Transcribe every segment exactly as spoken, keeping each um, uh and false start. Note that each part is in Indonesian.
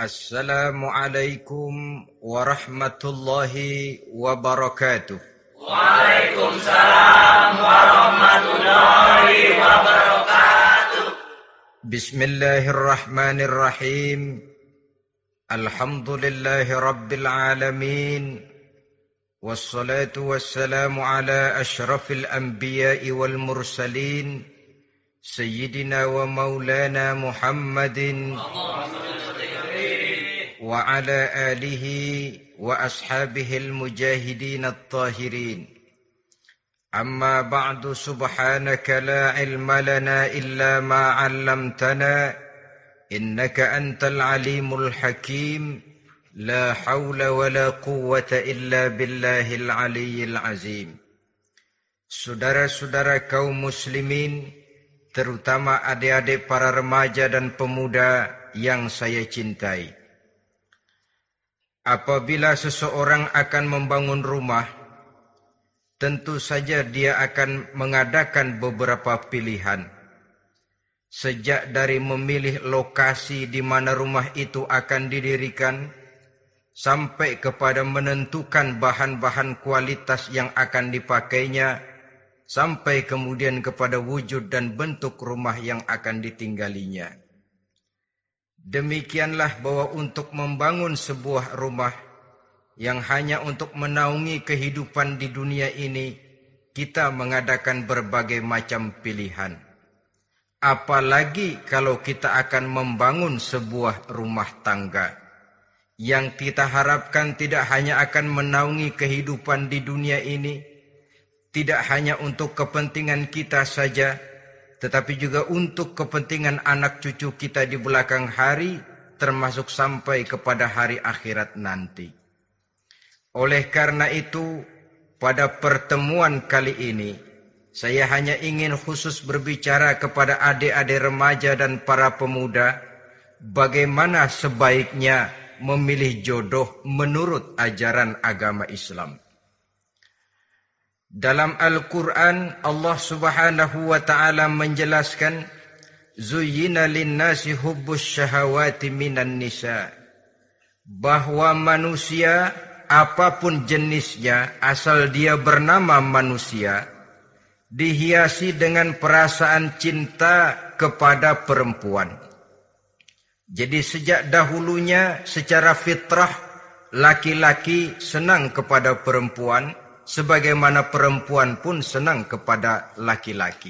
Assalamualaikum warahmatullahi wabarakatuh. Waalaikumsalam warahmatullahi wabarakatuh. Bismillahirrahmanirrahim. Alhamdulillahi rabbil alamin. Wassalatu wassalamu ala ashrafil anbiya'i wal mursalin. Sayyidina wa maulana Muhammadin wa ala alihi wa ashabihil mujahidin at-tahirin. Amma ba'du, subhanaka la ilma lana illa ma 'allamtana innaka antal alimul hakim. La hawla wa la quwwata illa billahil aliyyil azim. Saudara-saudara kaum muslimin, terutama adik-adik para remaja dan pemuda yang saya cintai. Apabila seseorang akan membangun rumah, tentu saja dia akan mengadakan beberapa pilihan. Sejak dari memilih lokasi di mana rumah itu akan didirikan, sampai kepada menentukan bahan-bahan kualitas yang akan dipakainya, sampai kemudian kepada wujud dan bentuk rumah yang akan ditinggalinya. Demikianlah bahwa untuk membangun sebuah rumah yang hanya untuk menaungi kehidupan di dunia ini, kita mengadakan berbagai macam pilihan. Apalagi kalau kita akan membangun sebuah rumah tangga yang kita harapkan tidak hanya akan menaungi kehidupan di dunia ini, tidak hanya untuk kepentingan kita saja, tetapi juga untuk kepentingan anak cucu kita di belakang hari, termasuk sampai kepada hari akhirat nanti. Oleh karena itu, pada pertemuan kali ini, saya hanya ingin khusus berbicara kepada adik-adik remaja dan para pemuda, bagaimana sebaiknya memilih jodoh menurut ajaran agama Islam. Dalam Al-Quran, Allah subhanahu wa ta'ala menjelaskan, Zuyyina linnasi hubbus syahawati minan nisa. Bahwa manusia, apapun jenisnya, asal dia bernama manusia, dihiasi dengan perasaan cinta kepada perempuan. Jadi sejak dahulunya, secara fitrah, laki-laki senang kepada perempuan, sebagaimana perempuan pun senang kepada laki-laki.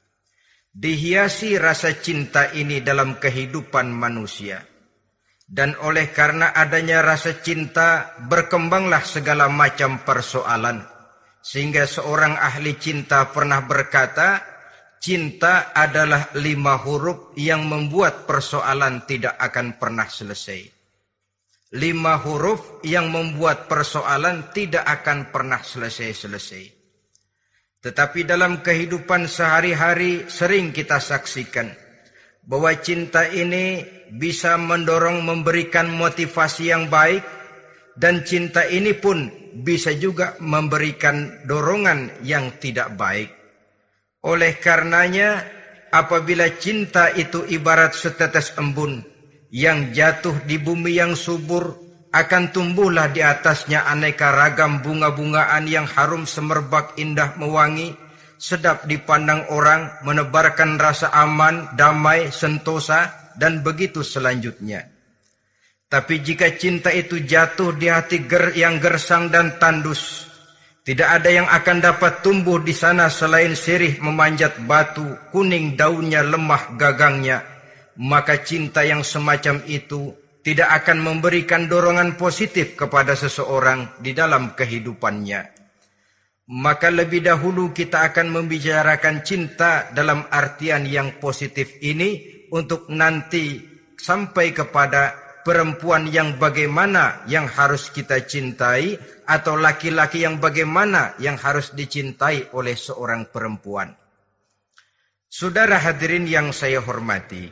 Dihiasi rasa cinta ini dalam kehidupan manusia. Dan oleh karena adanya rasa cinta, berkembanglah segala macam persoalan. Sehingga seorang ahli cinta pernah berkata, cinta adalah lima huruf yang membuat persoalan tidak akan pernah selesai. Lima huruf yang membuat persoalan tidak akan pernah selesai-selesai. Tetapi dalam kehidupan sehari-hari sering kita saksikan bahwa cinta ini bisa mendorong memberikan motivasi yang baik, dan cinta ini pun bisa juga memberikan dorongan yang tidak baik. Oleh karenanya, apabila cinta itu ibarat setetes embun yang jatuh di bumi yang subur, akan tumbuhlah di atasnya aneka ragam bunga-bungaan yang harum semerbak, indah mewangi, sedap dipandang orang, menebarkan rasa aman, damai, sentosa, dan begitu selanjutnya. Tapi jika cinta itu jatuh di hati ger yang gersang dan tandus, tidak ada yang akan dapat tumbuh di sana selain sirih memanjat batu, kuning daunnya, lemah gagangnya, maka cinta yang semacam itu tidak akan memberikan dorongan positif kepada seseorang di dalam kehidupannya. Maka lebih dahulu kita akan membicarakan cinta dalam artian yang positif ini, untuk nanti sampai kepada perempuan yang bagaimana yang harus kita cintai, atau laki-laki yang bagaimana yang harus dicintai oleh seorang perempuan. Saudara hadirin yang saya hormati,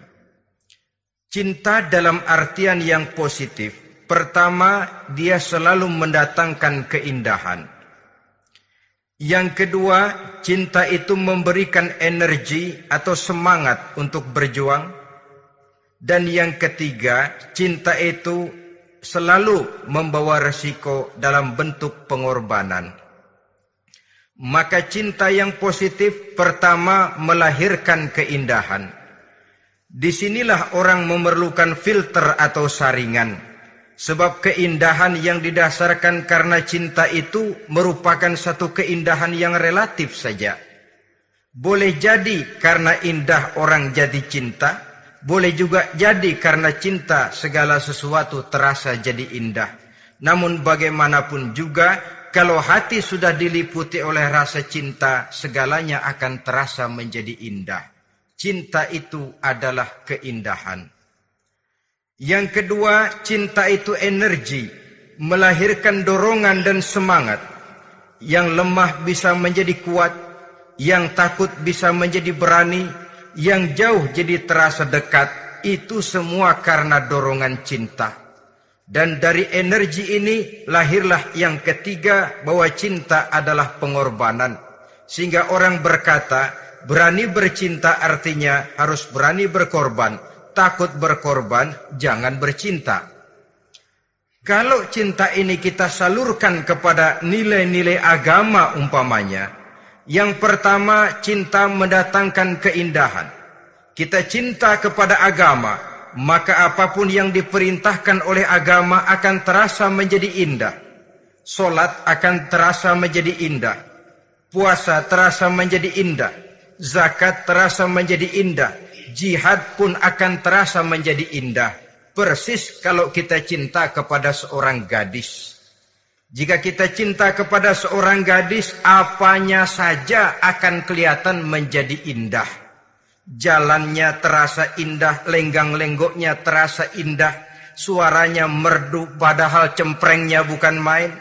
cinta dalam artian yang positif, pertama, dia selalu mendatangkan keindahan. Yang kedua, cinta itu memberikan energi atau semangat untuk berjuang. Dan yang ketiga, cinta itu selalu membawa resiko dalam bentuk pengorbanan. Maka cinta yang positif pertama melahirkan keindahan. Disinilah orang memerlukan filter atau saringan. Sebab keindahan yang didasarkan karena cinta itu merupakan satu keindahan yang relatif saja. Boleh jadi karena indah orang jadi cinta. Boleh juga jadi karena cinta segala sesuatu terasa jadi indah. Namun bagaimanapun juga, kalau hati sudah diliputi oleh rasa cinta, segalanya akan terasa menjadi indah. Cinta itu adalah keindahan. Yang kedua, cinta itu energi, melahirkan dorongan dan semangat. Yang lemah bisa menjadi kuat, yang takut bisa menjadi berani, yang jauh jadi terasa dekat. Itu semua karena dorongan cinta. Dan dari energi ini lahirlah yang ketiga, bahwa cinta adalah pengorbanan. Sehingga orang berkata, berani bercinta artinya harus berani berkorban. Takut berkorban, jangan bercinta. Kalau cinta ini kita salurkan kepada nilai-nilai agama umpamanya, yang pertama, cinta mendatangkan keindahan. Kita cinta kepada agama, maka apapun yang diperintahkan oleh agama akan terasa menjadi indah. Solat akan terasa menjadi indah. Puasa terasa menjadi indah. Zakat terasa menjadi indah. Jihad pun akan terasa menjadi indah. Persis kalau kita cinta kepada seorang gadis. Jika kita cinta kepada seorang gadis, apanya saja akan kelihatan menjadi indah. Jalannya terasa indah, lenggang-lenggoknya terasa indah, suaranya merdu padahal cemprengnya bukan main.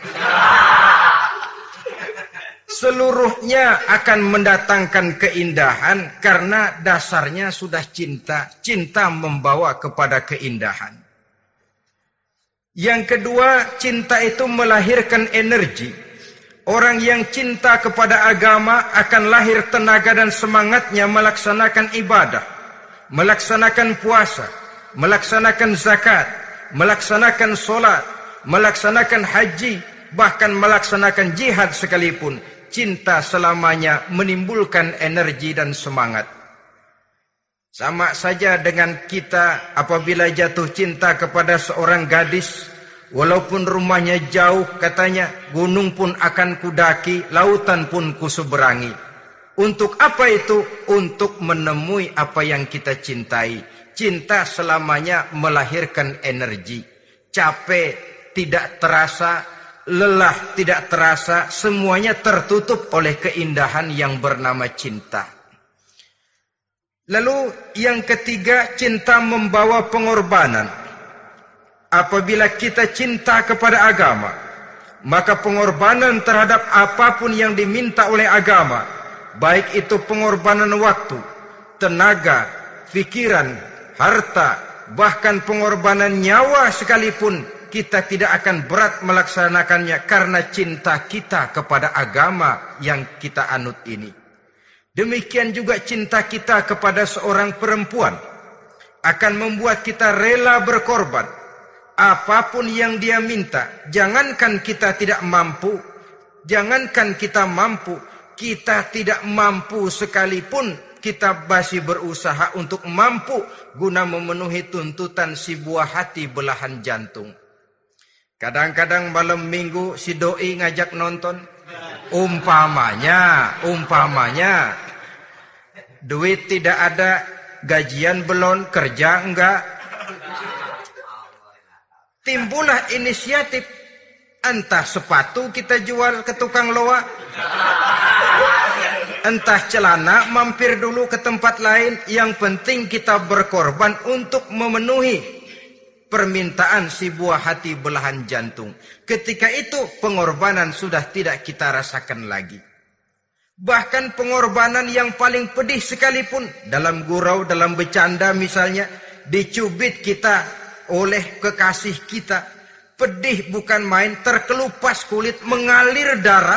Seluruhnya akan mendatangkan keindahan karena dasarnya sudah cinta. Cinta membawa kepada keindahan. Yang kedua, cinta itu melahirkan energi. Orang yang cinta kepada agama akan lahir tenaga dan semangatnya melaksanakan ibadah, melaksanakan puasa, melaksanakan zakat, melaksanakan solat, melaksanakan haji, bahkan melaksanakan jihad sekalipun. Cinta selamanya menimbulkan energi dan semangat. Sama saja dengan kita apabila jatuh cinta kepada seorang gadis, walaupun rumahnya jauh, katanya, gunung pun akan kudaki, lautan pun kuseberangi. Untuk apa itu? Untuk menemui apa yang kita cintai. Cinta selamanya melahirkan energi. Capek tidak terasa, lelah tidak terasa, semuanya tertutup oleh keindahan yang bernama cinta. Lalu yang ketiga, cinta membawa pengorbanan. Apabila kita cinta kepada agama, maka pengorbanan terhadap apapun yang diminta oleh agama, baik itu pengorbanan waktu, tenaga, pikiran, harta, bahkan pengorbanan nyawa sekalipun, kita tidak akan berat melaksanakannya karena cinta kita kepada agama yang kita anut ini. Demikian juga cinta kita kepada seorang perempuan akan membuat kita rela berkorban. Apapun yang dia minta, jangankan kita tidak mampu, jangankan kita mampu, kita tidak mampu sekalipun, kita masih berusaha untuk mampu guna memenuhi tuntutan si buah hati belahan jantung. Kadang-kadang malam minggu si doi ngajak nonton. Umpamanya, umpamanya, duit tidak ada, gajian belum, kerja enggak. Timbullah inisiatif, entah sepatu kita jual ke tukang loa, entah celana mampir dulu ke tempat lain. Yang penting kita berkorban untuk memenuhi permintaan si buah hati belahan jantung. Ketika itu pengorbanan sudah tidak kita rasakan lagi. Bahkan pengorbanan yang paling pedih sekalipun, dalam gurau, dalam bercanda misalnya, dicubit kita oleh kekasih kita, pedih bukan main, terkelupas kulit, mengalir darah,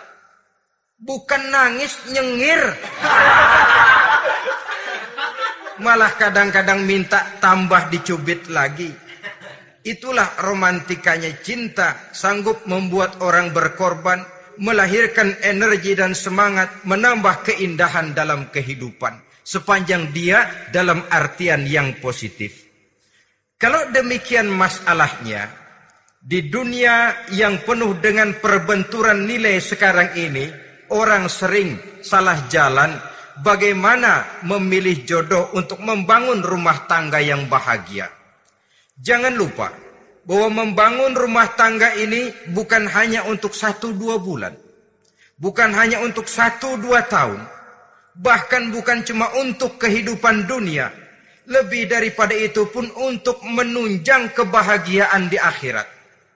bukan nangis, nyengir. malah kadang-kadang minta tambah dicubit lagi. Itulah romantikanya cinta, sanggup membuat orang berkorban, melahirkan energi dan semangat, menambah keindahan dalam kehidupan, sepanjang dia dalam artian yang positif. Kalau demikian masalahnya, di dunia yang penuh dengan perbenturan nilai sekarang ini, orang sering salah jalan bagaimana memilih jodoh untuk membangun rumah tangga yang bahagia. Jangan lupa bahwa membangun rumah tangga ini bukan hanya untuk satu dua bulan, bukan hanya untuk satu dua tahun, bahkan bukan cuma untuk kehidupan dunia. Lebih daripada itu pun untuk menunjang kebahagiaan di akhirat.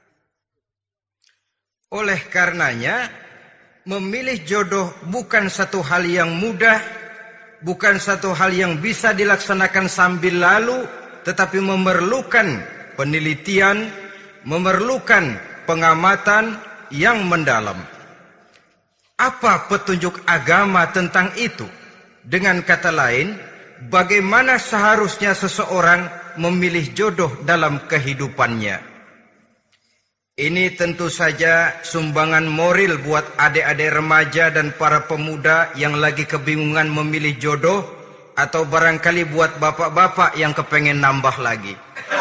Oleh karenanya, memilih jodoh bukan satu hal yang mudah, bukan satu hal yang bisa dilaksanakan sambil lalu, tetapi memerlukan penelitian, memerlukan pengamatan yang mendalam. Apa petunjuk agama tentang itu? Dengan kata lain, bagaimana seharusnya seseorang memilih jodoh dalam kehidupannya? Ini tentu saja sumbangan moral buat adik-adik remaja dan para pemuda yang lagi kebingungan memilih jodoh, atau barangkali buat bapak-bapak yang kepengen nambah lagi.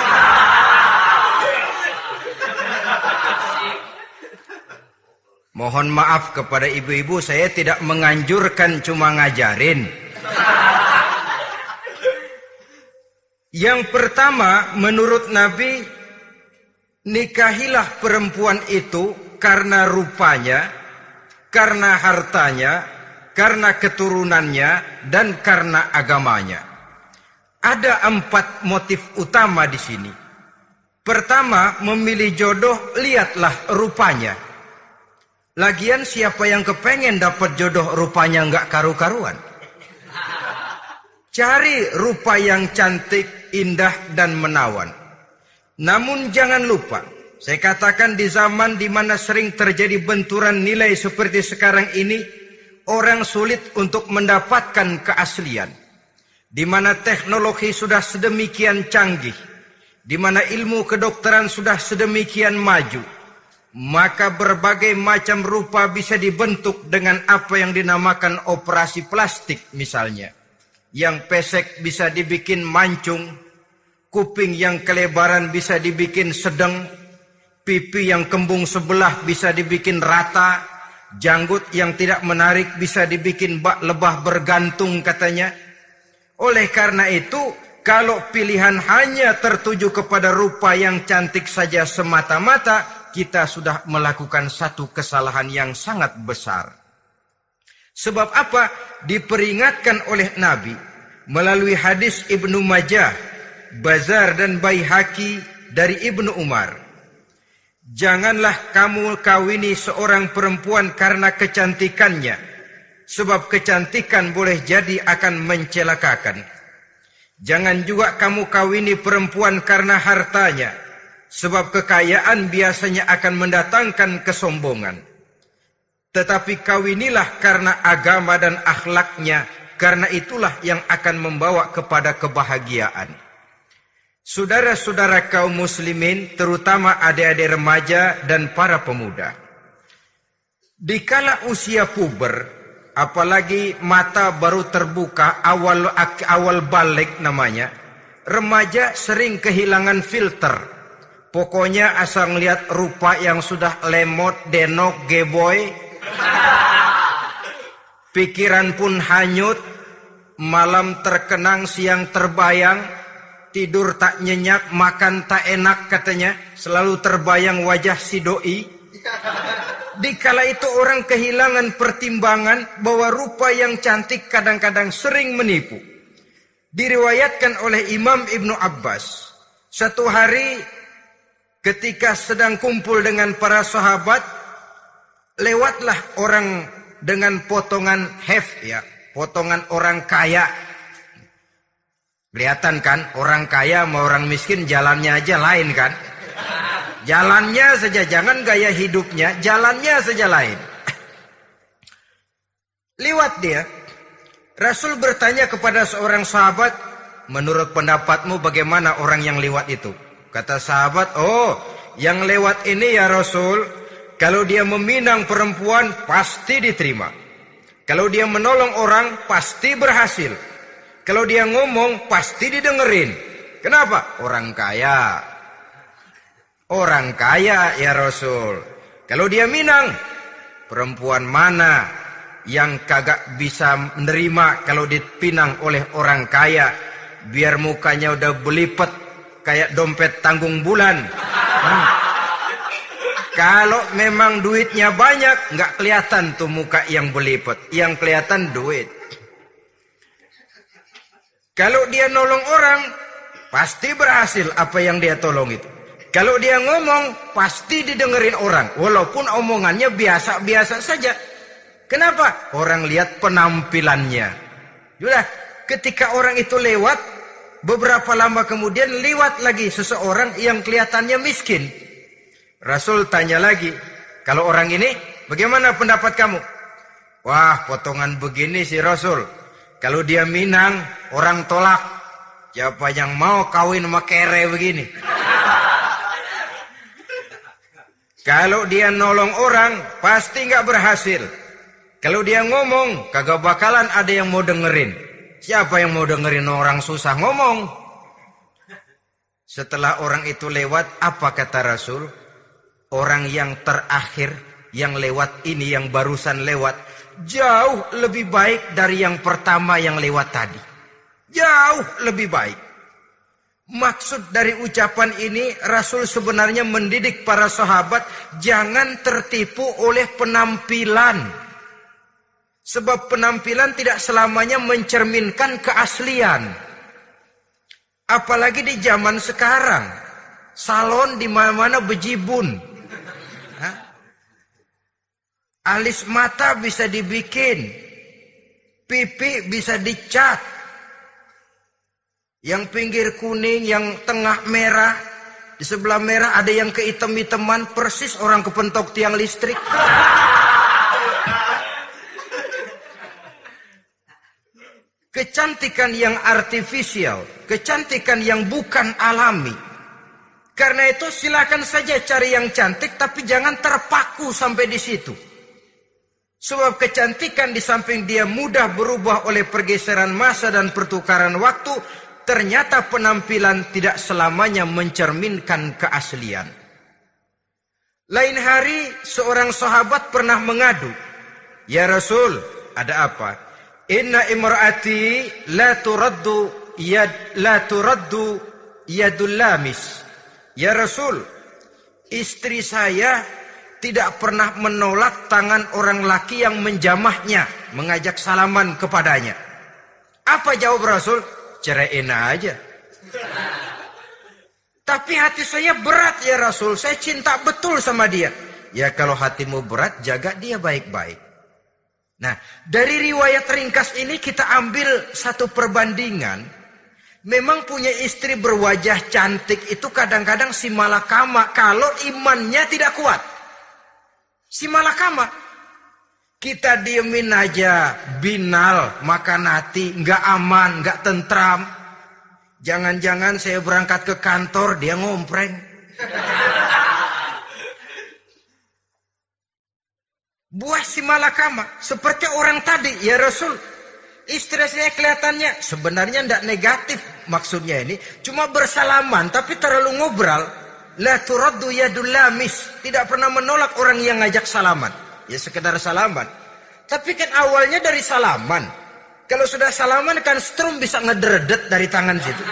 Mohon maaf kepada ibu-ibu, saya tidak menganjurkan, cuma ngajarin. Yang pertama, menurut Nabi, nikahilah perempuan itu karena rupanya, karena hartanya, karena keturunannya, dan karena agamanya. Ada empat motif utama di sini. Pertama, memilih jodoh, lihatlah rupanya. Lagian siapa yang kepengen dapat jodoh rupanya nggak karu-karuan? Cari rupa yang cantik, indah, dan menawan. Namun jangan lupa, saya katakan di zaman di mana sering terjadi benturan nilai seperti sekarang ini, orang sulit untuk mendapatkan keaslian. Di mana teknologi sudah sedemikian canggih, di mana ilmu kedokteran sudah sedemikian maju, maka berbagai macam rupa bisa dibentuk dengan apa yang dinamakan operasi plastik misalnya. Yang pesek bisa dibikin mancung, kuping yang kelebaran bisa dibikin sedang, pipi yang kembung sebelah bisa dibikin rata, janggut yang tidak menarik bisa dibikin bak lebah bergantung katanya. Oleh karena itu, kalau pilihan hanya tertuju kepada rupa yang cantik saja semata-mata, kita sudah melakukan satu kesalahan yang sangat besar. Sebab apa? Diperingatkan oleh Nabi melalui hadis Ibnu Majah, Bazar dan Baihaqi dari Ibnu Umar. Janganlah kamu kawini seorang perempuan karena kecantikannya, sebab kecantikan boleh jadi akan mencelakakan. Jangan juga kamu kawini perempuan karena hartanya, sebab kekayaan biasanya akan mendatangkan kesombongan. Tetapi kawinilah karena agama dan akhlaknya, karena itulah yang akan membawa kepada kebahagiaan. Saudara-saudara kaum muslimin, terutama adik-adik remaja dan para pemuda, dikala usia puber, apalagi mata baru terbuka, awal awal balik namanya, remaja sering kehilangan filter. Pokoknya asal ngelihat rupa yang sudah lemot, denok, geboy, pikiran pun hanyut, malam terkenang, siang terbayang, tidur tak nyenyak, makan tak enak katanya, selalu terbayang wajah si doi. Dikala itu orang kehilangan pertimbangan bahwa rupa yang cantik kadang-kadang sering menipu. Diriwayatkan oleh Imam Ibnu Abbas, satu hari ketika sedang kumpul dengan para sahabat, lewatlah orang dengan potongan hef, ya, potongan orang kaya. Kelihatan kan, orang kaya sama orang miskin jalannya aja lain kan. Jalannya saja, jangan gaya hidupnya, jalannya saja lain. Lewat dia, Rasul bertanya kepada seorang sahabat, menurut pendapatmu bagaimana orang yang lewat itu? Kata sahabat, oh, yang lewat ini ya Rasul, kalau dia meminang perempuan pasti diterima. Kalau dia menolong orang pasti berhasil. Kalau dia ngomong pasti didengerin. Kenapa? Orang kaya. Orang kaya ya Rasul. Kalau dia minang, perempuan mana yang kagak bisa menerima kalau dipinang oleh orang kaya? Biar mukanya udah belipet kayak dompet tanggung bulan. Hmm. Kalau memang duitnya banyak, nggak kelihatan tuh muka yang belipet. Yang kelihatan duit. Kalau dia nolong orang, pasti berhasil apa yang dia tolong itu. Kalau dia ngomong, pasti didengerin orang. Walaupun omongannya biasa-biasa saja. Kenapa? Orang lihat penampilannya. Sudah, ketika orang itu lewat, beberapa lama kemudian lewat lagi seseorang yang kelihatannya miskin. Rasul tanya lagi, kalau orang ini bagaimana pendapat kamu? Wah, potongan begini sih Rasul. Kalau dia minang, orang tolak. Siapa yang mau kawin sama kere begini? Kalau dia nolong orang, pasti nggak berhasil. Kalau dia ngomong, kagak bakalan ada yang mau dengerin. Siapa yang mau dengerin orang susah ngomong? Setelah orang itu lewat, apa kata Rasul? Orang yang terakhir, yang lewat ini, yang barusan lewat, jauh lebih baik dari yang pertama yang lewat tadi. Jauh lebih baik. Maksud dari ucapan ini, Rasul sebenarnya mendidik para sahabat jangan tertipu oleh penampilan. Sebab penampilan tidak selamanya mencerminkan keaslian. Apalagi di zaman sekarang, salon di mana-mana bejibun. Hah? Alis mata bisa dibikin, pipi bisa dicat. Yang pinggir kuning, yang tengah merah, di sebelah merah ada yang kehitam-hitaman, persis orang kepentok tiang listrik. Kecantikan yang artifisial, kecantikan yang bukan alami. Karena itu silakan saja cari yang cantik, tapi jangan terpaku sampai di situ. Sebab kecantikan di samping dia mudah berubah oleh pergeseran masa dan pertukaran waktu, ternyata penampilan tidak selamanya mencerminkan keaslian. Lain hari seorang sahabat pernah mengadu, "Ya Rasul, ada apa? Inna imraati la turaddu yad la turaddu yadul lamis." Ya Rasul, istri saya tidak pernah menolak tangan orang laki yang menjamahnya, mengajak salaman kepadanya. Apa jawab Rasul? Ceraiin aja. Tapi hati saya berat ya Rasul, saya cinta betul sama dia. Ya kalau hatimu berat, jaga dia baik-baik. Nah, dari riwayat ringkas ini kita ambil satu perbandingan. Memang punya istri berwajah cantik itu kadang-kadang si malakama kalau imannya tidak kuat. Si malakama. Kita diemin aja, binal, makan hati, nggak aman, nggak tentram. Jangan-jangan saya berangkat ke kantor, dia ngompreng. Buah si malakama, seperti orang tadi, ya Rasul. Istri saya kelihatannya sebenarnya tidak negatif maksudnya ini. Cuma bersalaman, tapi terlalu ngobrol. La turaddu yadul lamis. Tidak pernah menolak orang yang ngajak salaman. Ya sekedar salaman. Tapi kan awalnya dari salaman. Kalau sudah salaman kan strum bisa ngederedet dari tangan situ.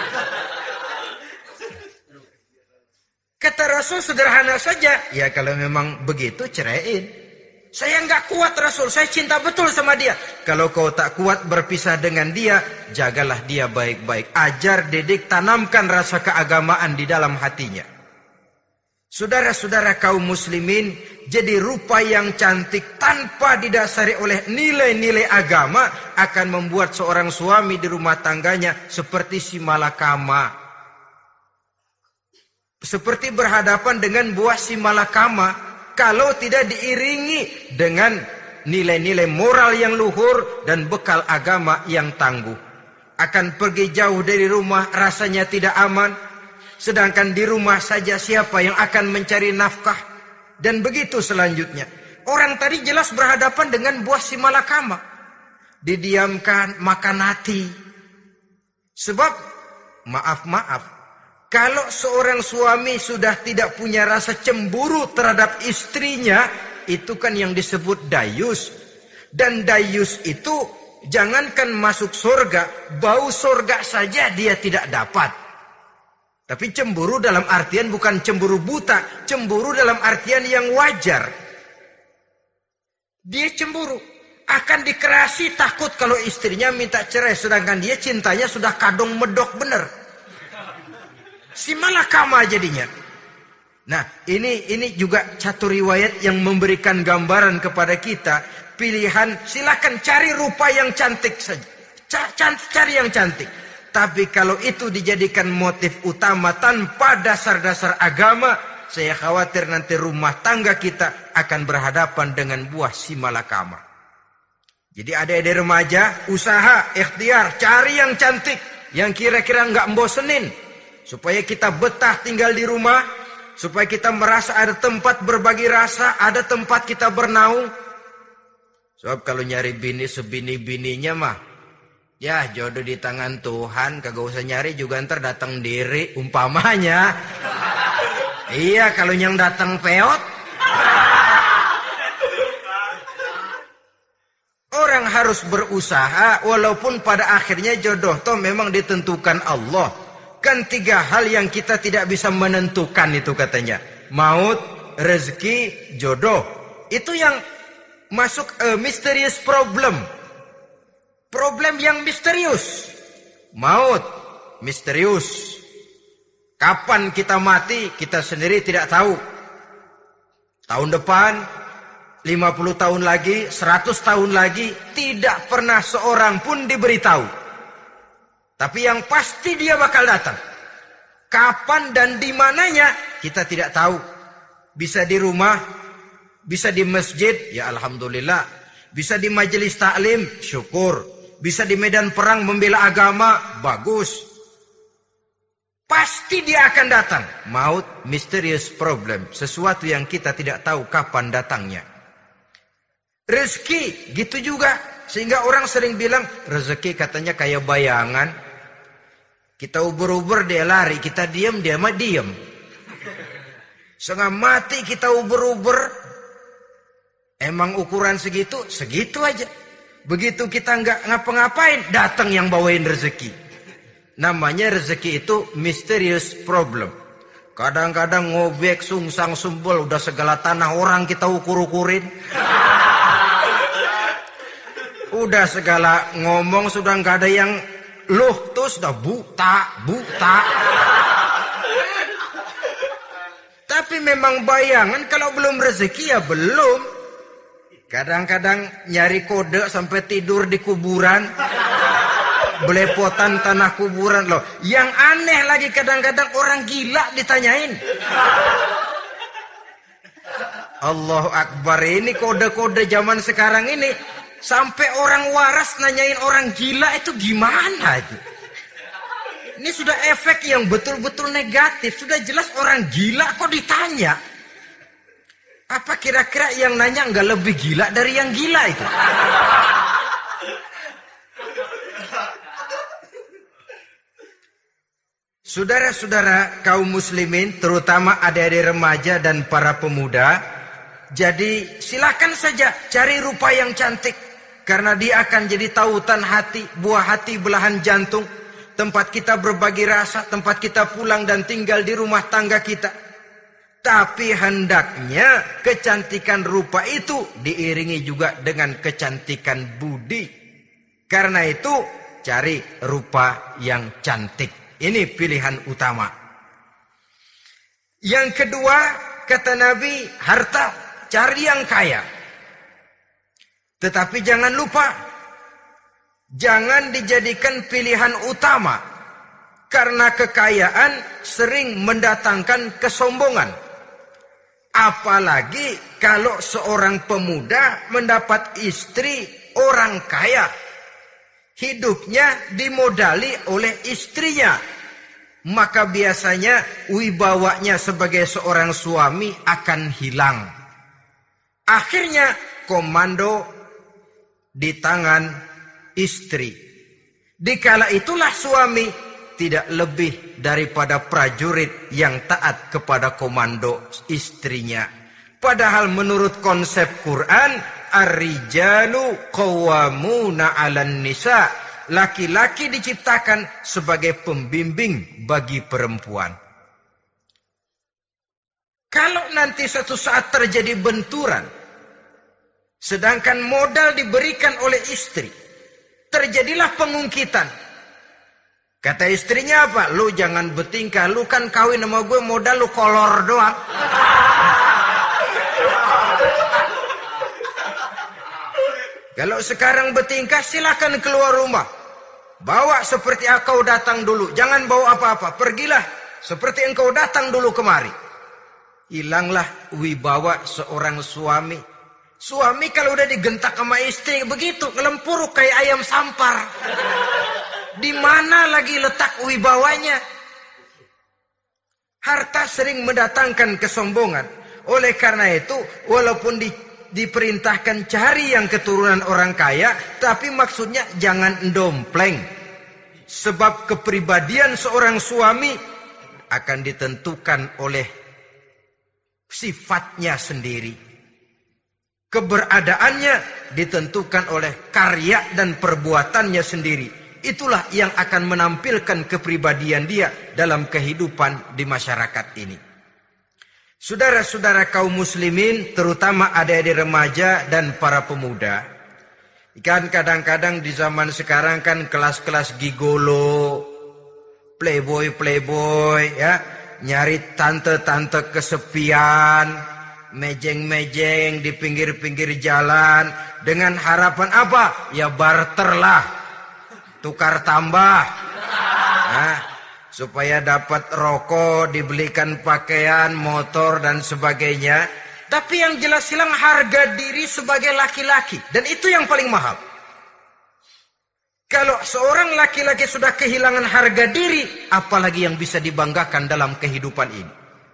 Kata Rasul sederhana saja. Ya kalau memang begitu ceraiin. Saya nggak kuat Rasul. Saya cinta betul sama dia. Kalau kau tak kuat berpisah dengan dia, jagalah dia baik-baik. Ajar, didik, tanamkan rasa keagamaan di dalam hatinya. Saudara-saudara kaum muslimin, jadi rupa yang cantik tanpa didasari oleh nilai-nilai agama akan membuat seorang suami di rumah tangganya seperti si malakama. Seperti berhadapan dengan buah si malakama kalau tidak diiringi dengan nilai-nilai moral yang luhur dan bekal agama yang tangguh. akan pergi jauh dari rumah rasanya tidak aman. Sedangkan di rumah saja siapa yang akan mencari nafkah? Dan begitu selanjutnya. Orang tadi jelas berhadapan dengan buah si malakama. Didiamkan, makan hati. Sebab, maaf-maaf, kalau seorang suami sudah tidak punya rasa cemburu terhadap istrinya, itu kan yang disebut dayus. Dan dayus itu, jangankan masuk surga, bau surga saja dia tidak dapat. Tapi cemburu dalam artian bukan cemburu buta, cemburu dalam artian yang wajar. Dia cemburu, akan dikerasi takut kalau istrinya minta cerai, sedangkan dia cintanya sudah kadung medok bener. Si malakama jadinya. Nah, ini ini juga satu riwayat yang memberikan gambaran kepada kita. Pilihan, silakan cari rupa yang cantik saja. Cari yang cantik. Tapi kalau itu dijadikan motif utama tanpa dasar-dasar agama, saya khawatir nanti rumah tangga kita akan berhadapan dengan buah si malakama. Jadi adik-adik remaja, usaha, ikhtiar, cari yang cantik, yang kira-kira nggak membosenin, supaya kita betah tinggal di rumah, supaya kita merasa ada tempat berbagi rasa, ada tempat kita bernaung. Sebab kalau nyari bini sebini-bininya mah, ya jodoh di tangan Tuhan, kagak usah nyari juga ntar datang diri umpamanya. Iya, kalau yang datang peot. Orang harus berusaha walaupun pada akhirnya jodoh toh memang ditentukan Allah. Kan tiga hal yang kita tidak bisa menentukan itu katanya. Maut, rezeki, jodoh. Itu yang masuk a mysterious problem. Problem yang misterius. Maut, misterius. Kapan kita mati, kita sendiri tidak tahu. Tahun depan, lima puluh tahun lagi, seratus tahun lagi, tidak pernah seorang pun diberitahu. Tapi yang pasti dia bakal datang. Kapan dan di mananya, kita tidak tahu. Bisa di rumah, bisa di masjid, ya alhamdulillah. Bisa di majelis taklim, syukur. Bisa di medan perang membela agama, bagus. Pasti dia akan datang. Maut, mysterious problem. Sesuatu yang kita tidak tahu kapan datangnya. Rezeki, gitu juga. Sehingga orang sering bilang, rezeki katanya kayak bayangan. Kita uber-uber, dia lari. Kita diam, dia mah diam. Setengah mati kita uber-uber. Emang ukuran segitu, segitu aja. Begitu kita nggak ngapa-ngapain, datang yang bawain rezeki. Namanya rezeki itu mysterious problem. Kadang-kadang ngobek, sungsang, sumbul, udah segala tanah orang kita ukur-ukurin. Udah segala ngomong sudah nggak ada yang loh, tuh sudah buta, buta. Tapi memang bayangan, kalau belum rezeki ya belum. Kadang-kadang nyari kode sampai tidur di kuburan. Belepotan tanah kuburan loh. Yang aneh lagi kadang-kadang orang gila ditanyain. Allahu Akbar, ini kode-kode zaman sekarang ini. Sampai orang waras nanyain orang gila itu gimana itu? Ini sudah efek yang betul-betul negatif. Sudah jelas orang gila kok ditanya. Apa kira-kira yang nanya nggak lebih gila dari yang gila itu? Saudara-saudara kaum muslimin, terutama adik-adik remaja dan para pemuda, jadi silakan saja cari rupa yang cantik. Karena dia akan jadi tautan hati, buah hati belahan jantung. Tempat kita berbagi rasa, tempat kita pulang dan tinggal di rumah tangga kita. Tapi hendaknya kecantikan rupa itu diiringi juga dengan kecantikan budi. Karena itu cari rupa yang cantik. Ini pilihan utama. Yang kedua, kata Nabi, harta, cari yang kaya. Tetapi jangan lupa, jangan dijadikan pilihan utama. Karena kekayaan sering mendatangkan kesombongan. Apalagi kalau seorang pemuda mendapat istri orang kaya. hidupnya dimodali oleh istrinya, maka biasanya wibawanya sebagai seorang suami akan hilang. Akhirnya komando di tangan istri. Dikala itulah suami tidak lebih daripada prajurit yang taat kepada komando istrinya. Padahal menurut konsep Quran, ar-rijalu qawwamuna 'alan nisa. Laki-laki diciptakan sebagai pembimbing bagi perempuan. Kalau nanti suatu saat terjadi benturan, sedangkan modal diberikan oleh istri, terjadilah pengungkitan. Kata istrinya apa? Lu jangan bertingkah, lu kan kawin sama gue modal lu kolor doang. Kalau sekarang bertingkah silakan keluar rumah. Bawa seperti engkau datang dulu. Jangan bawa apa-apa. Pergilah seperti engkau datang dulu kemari. Hilanglah wibawa seorang suami. Suami kalau udah digentak sama istri begitu, ngelempuruk kayak ayam sampar. Di mana lagi letak wibawanya? Harta sering mendatangkan kesombongan. Oleh karena itu, walaupun di diperintahkan cari yang keturunan orang kaya, tapi maksudnya jangan dompleng. Sebab kepribadian seorang suami akan ditentukan oleh sifatnya sendiri. Keberadaannya ditentukan oleh karya dan perbuatannya sendiri. Itulah yang akan menampilkan kepribadian dia dalam kehidupan di masyarakat ini. Saudara-saudara kaum muslimin, terutama adik-adik remaja dan para pemuda. Kan kadang-kadang di zaman sekarang kan kelas-kelas gigolo, playboy-playboy, ya, nyari tante-tante kesepian, mejeng-mejeng di pinggir-pinggir jalan dengan harapan apa? Ya barterlah, tukar tambah. Nah, supaya dapat rokok, dibelikan pakaian, motor, dan sebagainya. Tapi yang jelas hilang harga diri sebagai laki-laki. Dan itu yang paling mahal. Kalau seorang laki-laki sudah kehilangan harga diri, apalagi yang bisa dibanggakan dalam kehidupan ini?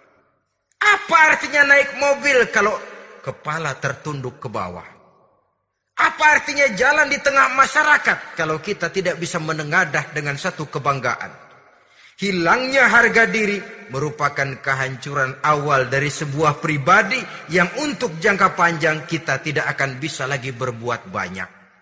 Apa artinya naik mobil kalau kepala tertunduk ke bawah? Apa artinya jalan di tengah masyarakat kalau kita tidak bisa menengadah dengan satu kebanggaan? Hilangnya harga diri merupakan kehancuran awal dari sebuah pribadi yang untuk jangka panjang kita tidak akan bisa lagi berbuat banyak.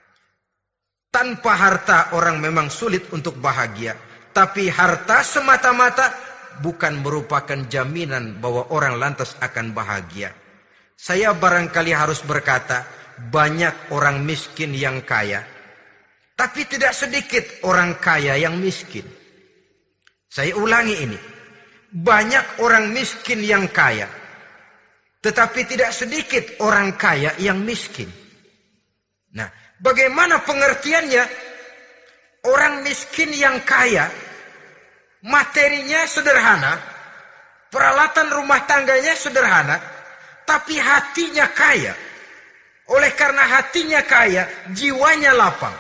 Tanpa harta orang memang sulit untuk bahagia. Tapi harta semata-mata bukan merupakan jaminan bahwa orang lantas akan bahagia. Saya barangkali harus berkata, banyak orang miskin yang kaya. Tapi tidak sedikit orang kaya yang miskin. Saya ulangi ini. Banyak orang miskin yang kaya. Tetapi tidak sedikit orang kaya yang miskin. Nah, bagaimana pengertiannya? Orang miskin yang kaya, materinya sederhana, peralatan rumah tangganya sederhana, tapi hatinya kaya. Oleh karena hatinya kaya, jiwanya lapang.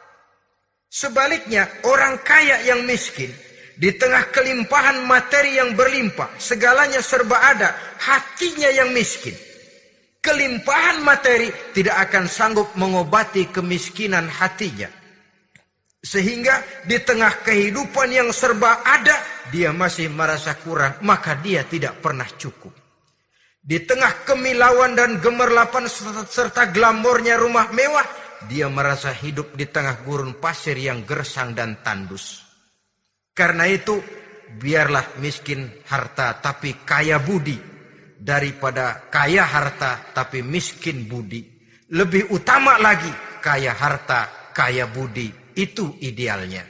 Sebaliknya, orang kaya yang miskin, di tengah kelimpahan materi yang berlimpah, segalanya serba ada, hatinya yang miskin. Kelimpahan materi tidak akan sanggup mengobati kemiskinan hatinya. Sehingga di tengah kehidupan yang serba ada, dia masih merasa kurang, maka dia tidak pernah cukup. Di tengah kemilauan dan gemerlapan serta glamornya rumah mewah, dia merasa hidup di tengah gurun pasir yang gersang dan tandus. Karena itu, biarlah miskin harta tapi kaya budi, daripada kaya harta tapi miskin budi. Lebih utama lagi, kaya harta, kaya budi. Itu idealnya.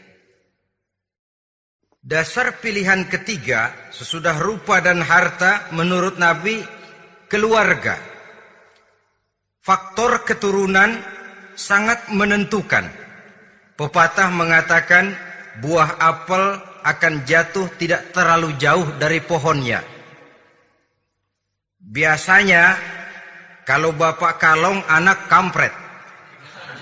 Dasar pilihan ketiga, sesudah rupa dan harta, menurut Nabi, keluarga. Faktor keturunan sangat menentukan. Pepatah mengatakan, buah apel akan jatuh tidak terlalu jauh dari pohonnya. Biasanya kalau bapak kalong, anak kampret.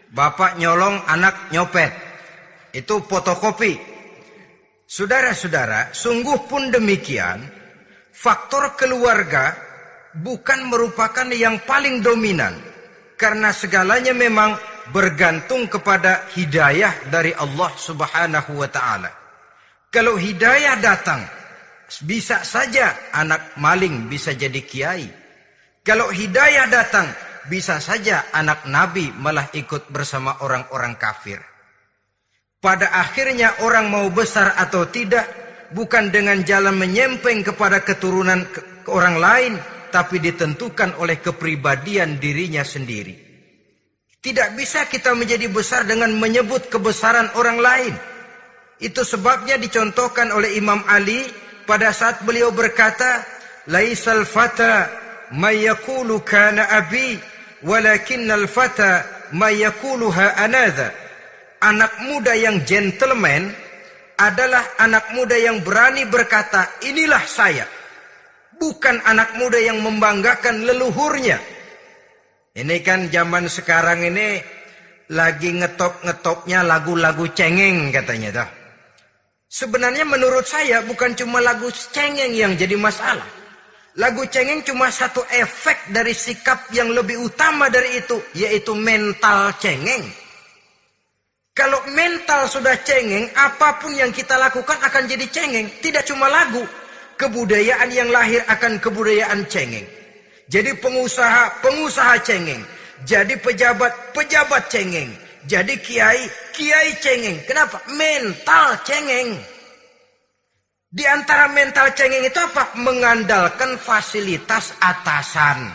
Bapak nyolong, anak nyopet. Itu fotokopi. Saudara-saudara, sungguh pun demikian, faktor keluarga bukan merupakan yang paling dominan. Karena segalanya memang bergantung kepada hidayah dari Allah Subhanahu wa ta'ala. Kalau hidayah datang, bisa saja anak maling bisa jadi kiai. Kalau hidayah datang, bisa saja anak Nabi malah ikut bersama orang-orang kafir. Pada akhirnya orang mau besar atau tidak, bukan dengan jalan menyempeng kepada keturunan ke orang lain, tapi ditentukan oleh kepribadian dirinya sendiri. Tidak bisa kita menjadi besar dengan menyebut kebesaran orang lain. Itu sebabnya dicontohkan oleh Imam Ali pada saat beliau berkata, "Laisal fata may yaqulu kana abi, walakinnal fata may yaquluha anadha." Anak muda yang gentleman adalah anak muda yang berani berkata, inilah saya. Bukan anak muda yang membanggakan leluhurnya. Ini kan zaman sekarang ini lagi ngetop-ngetopnya lagu-lagu cengeng katanya dah. Sebenarnya menurut saya bukan cuma lagu cengeng yang jadi masalah. Lagu cengeng cuma satu efek dari sikap yang lebih utama dari itu, yaitu mental cengeng. Kalau mental sudah cengeng, apapun yang kita lakukan akan jadi cengeng. Tidak cuma lagu, kebudayaan yang lahir akan kebudayaan cengeng. Jadi pengusaha, pengusaha cengeng. Jadi pejabat, pejabat cengeng. Jadi kiai, kiai cengeng. Kenapa? Mental cengeng. Di antara mental cengeng itu apa? Mengandalkan fasilitas atasan.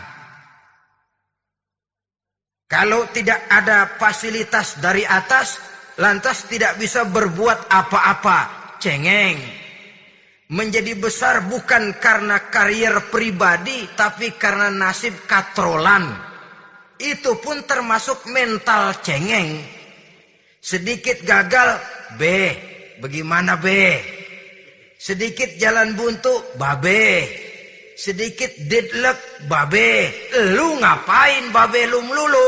Kalau tidak ada fasilitas dari atas, lantas tidak bisa berbuat apa-apa, cengeng. Menjadi besar bukan karena karier pribadi, tapi karena nasib katrolan. Itu pun termasuk mental cengeng. Sedikit gagal, B. Bagaimana B? Sedikit jalan buntu, babe. Sedikit deadlock, babe. Lu ngapain babe lu melulu?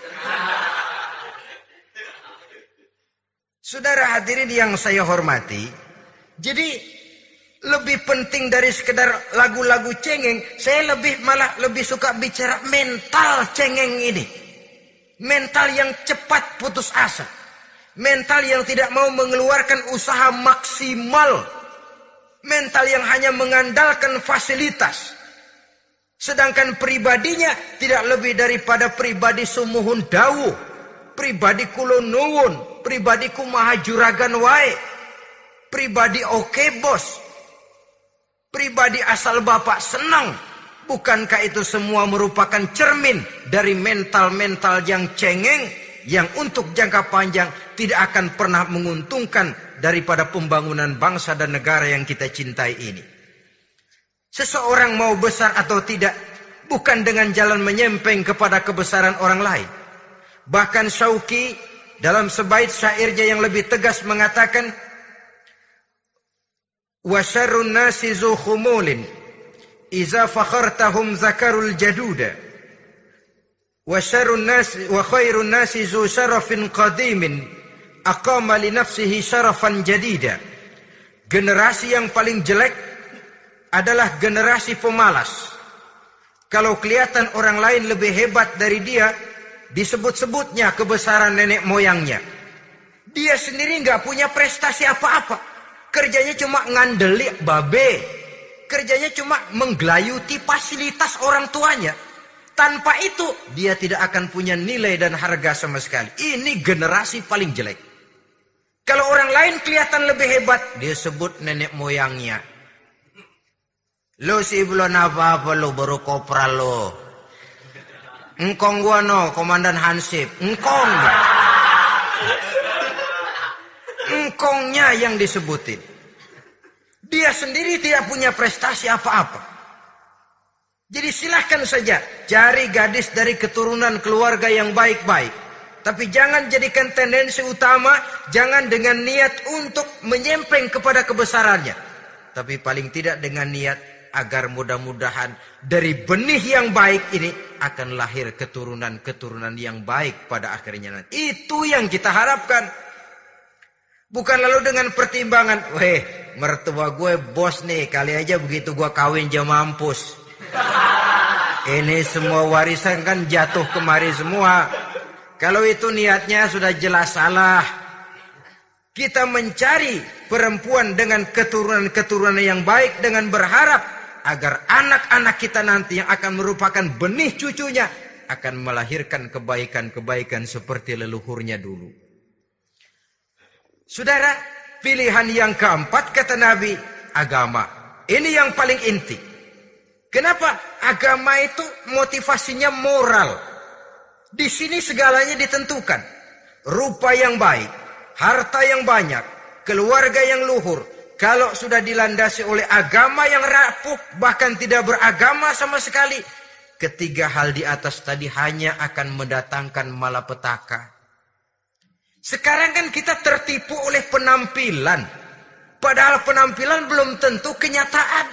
Saudara hadirin yang saya hormati, jadi lebih penting dari sekedar lagu-lagu cengeng, saya lebih malah lebih suka bicara mental cengeng ini. Mental yang cepat putus asa. Mental yang tidak mau mengeluarkan usaha maksimal. Mental yang hanya mengandalkan fasilitas. Sedangkan pribadinya tidak lebih daripada pribadi sumuhun dawuh. Pribadi kulo nuwun. Pribadiku maha juragan wae. Pribadi oke bos. Pribadi asal bapak senang. Bukankah itu semua merupakan cermin dari mental-mental yang cengeng, yang untuk jangka panjang tidak akan pernah menguntungkan daripada pembangunan bangsa dan negara yang kita cintai ini. Seseorang mau besar atau tidak, bukan dengan jalan menyempeng kepada kebesaran orang lain. Bahkan Syauqi dalam sebaik syairnya yang lebih tegas mengatakan, wa syarrun nasi zu khumulin iza fakhartahum zakarul jaduda wa syarrun nasi wa khairun nasi zu syarafin qadimin aqama li nafsihi syarafan jadida. Generasi yang paling jelek adalah generasi pemalas. Kalau kelihatan orang lain lebih hebat dari dia, disebut-sebutnya kebesaran nenek moyangnya. Dia sendiri nggak punya prestasi apa-apa. Kerjanya cuma ngandeli babe. Kerjanya cuma menggelayuti fasilitas orang tuanya. Tanpa itu, dia tidak akan punya nilai dan harga sama sekali. Ini generasi paling jelek. Kalau orang lain kelihatan lebih hebat, dia sebut nenek moyangnya. Lo sih belum apa-apa lo, baru kopral lo. Engkong gua no, Komandan Hansip. Engkong. Engkongnya yang disebutin. Dia sendiri tidak punya prestasi apa-apa. Jadi silahkan saja cari gadis dari keturunan keluarga yang baik-baik. Tapi jangan jadikan tendensi utama, jangan dengan niat untuk menyempeng kepada kebesarannya. Tapi paling tidak dengan niat agar mudah-mudahan dari benih yang baik ini akan lahir keturunan-keturunan yang baik pada akhirnya nanti. Itu yang kita harapkan. Bukan lalu dengan pertimbangan, weh, mertua gue bos nih, kali aja begitu gue kawin jam mampus. Ini semua warisan kan jatuh kemari semua. Kalau itu niatnya sudah jelas salah. Kita mencari perempuan dengan keturunan-keturunan yang baik dengan berharap agar anak-anak kita nanti yang akan merupakan benih cucunya akan melahirkan kebaikan-kebaikan seperti leluhurnya dulu. Saudara, pilihan yang keempat kata Nabi, agama. Ini yang paling inti. Kenapa? Agama itu motivasinya moral. Di sini segalanya ditentukan. Rupa yang baik, harta yang banyak, keluarga yang luhur. Kalau sudah dilandasi oleh agama yang rapuh, bahkan tidak beragama sama sekali, ketiga hal di atas tadi hanya akan mendatangkan malapetaka. Sekarang kan kita tertipu oleh penampilan. Padahal penampilan belum tentu kenyataan.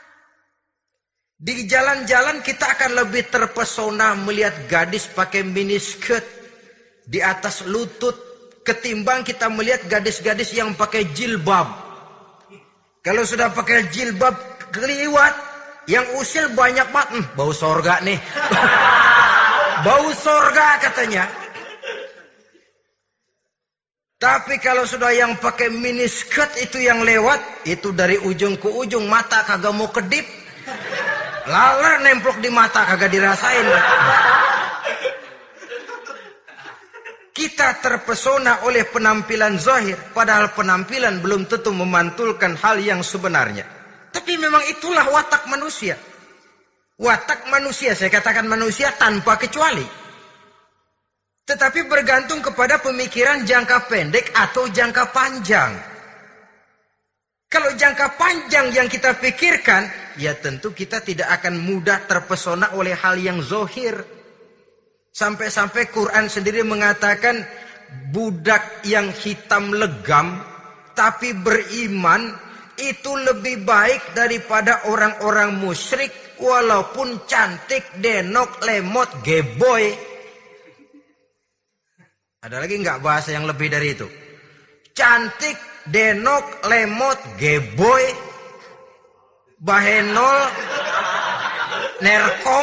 Di jalan-jalan kita akan lebih terpesona melihat gadis pakai miniskirt di atas lutut ketimbang kita melihat gadis-gadis yang pakai jilbab. Kalau sudah pakai jilbab keliwat, yang usil banyak banget, hmm, bau sorga nih. Bau sorga katanya. Tapi kalau sudah yang pakai miniskirt itu yang lewat, itu dari ujung ke ujung mata kagak mau kedip. Laler nemplok di mata kagak dirasain. Kita terpesona oleh penampilan zahir, padahal penampilan belum tentu memantulkan hal yang sebenarnya. Tapi memang itulah watak manusia. Watak manusia, saya katakan manusia tanpa kecuali. Tetapi bergantung kepada pemikiran jangka pendek atau jangka panjang. Kalau jangka panjang yang kita pikirkan, ya tentu kita tidak akan mudah terpesona oleh hal yang zahir. Sampai-sampai Quran sendiri mengatakan budak yang hitam legam tapi beriman itu lebih baik daripada orang-orang musyrik walaupun cantik, denok, lemot, geboy. Ada lagi nggak bahasa yang lebih dari itu? Cantik, denok, lemot, geboy, bahenol, nerkom.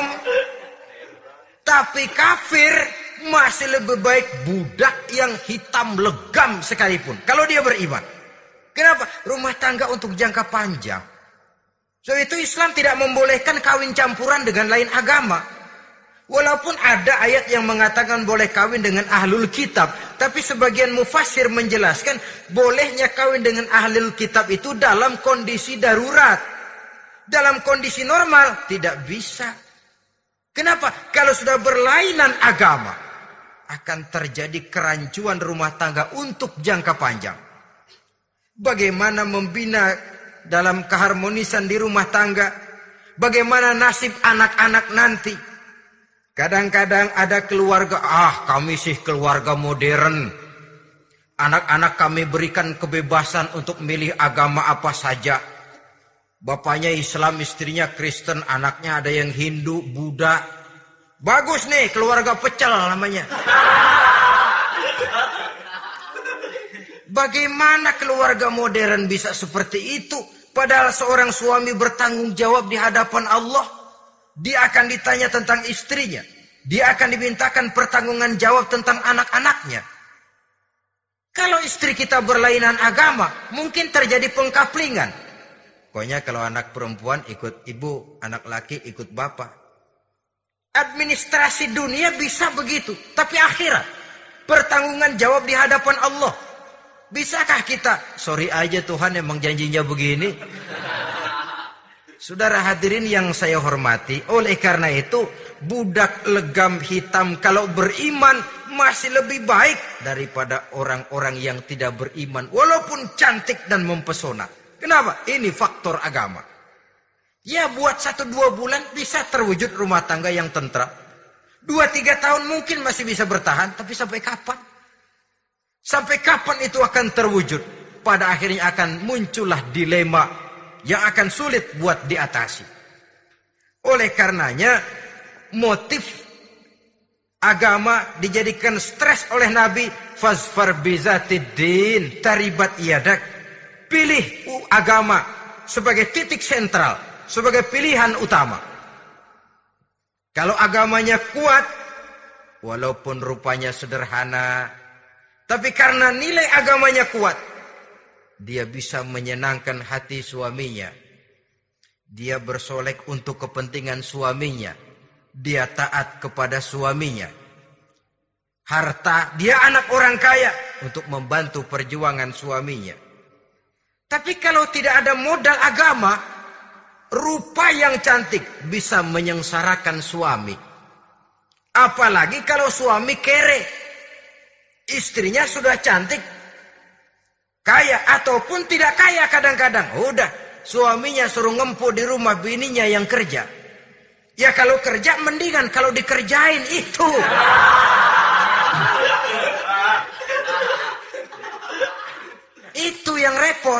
Tapi kafir masih lebih baik budak yang hitam legam sekalipun. Kalau dia beriman. Kenapa? Rumah tangga untuk jangka panjang. So itu Islam tidak membolehkan kawin campuran dengan lain agama. Walaupun ada ayat yang mengatakan boleh kawin dengan ahlul kitab. Tapi sebagian mufassir menjelaskan bolehnya kawin dengan ahlul kitab itu dalam kondisi darurat. Dalam kondisi normal tidak bisa. Kenapa? Kalau sudah berlainan agama, akan terjadi kerancuan rumah tangga untuk jangka panjang. Bagaimana membina dalam keharmonisan di rumah tangga? Bagaimana nasib anak-anak nanti? Kadang-kadang ada keluarga, ah kami sih keluarga modern. Anak-anak kami berikan kebebasan untuk milih agama apa saja. Bapaknya Islam, istrinya Kristen, anaknya ada yang Hindu, Buddha. Bagus nih, keluarga pecel namanya. Bagaimana keluarga modern bisa seperti itu? Padahal seorang suami bertanggung jawab di hadapan Allah. Dia akan ditanya tentang istrinya. Dia akan dimintakan pertanggungan jawab tentang anak-anaknya. Kalau istri kita berlainan agama, mungkin terjadi pengkaplingan. Pokoknya kalau anak perempuan ikut ibu, anak laki ikut bapak. Administrasi dunia bisa begitu. Tapi akhirat, pertanggungan jawab di hadapan Allah. Bisakah kita, sorry aja Tuhan emang janjinya begini. Saudara hadirin yang saya hormati, oleh karena itu budak legam hitam kalau beriman masih lebih baik daripada orang-orang yang tidak beriman walaupun cantik dan mempesona. Kenapa? Ini faktor agama. Ya buat satu dua bulan bisa terwujud rumah tangga yang tentram. Dua tiga tahun mungkin masih bisa bertahan, tapi sampai kapan? Sampai kapan itu akan terwujud? Pada akhirnya akan muncullah dilema yang akan sulit buat diatasi. Oleh karenanya, motif agama dijadikan stres oleh Nabi. Fazfar bizatiddin taribat yadak. Pilih agama sebagai titik sentral, sebagai pilihan utama. Kalau agamanya kuat, walaupun rupanya sederhana, tapi karena nilai agamanya kuat, dia bisa menyenangkan hati suaminya. Dia bersolek untuk kepentingan suaminya. Dia taat kepada suaminya. Harta, dia anak orang kaya untuk membantu perjuangan suaminya. Tapi kalau tidak ada modal agama, rupa yang cantik bisa menyengsarakan suami. Apalagi kalau suami kere. Istrinya sudah cantik, kaya ataupun tidak kaya kadang-kadang. Udah, suaminya suruh ngempuk di rumah, bininya yang kerja. Ya kalau kerja mendingan kalau dikerjain itu. Itu yang repot.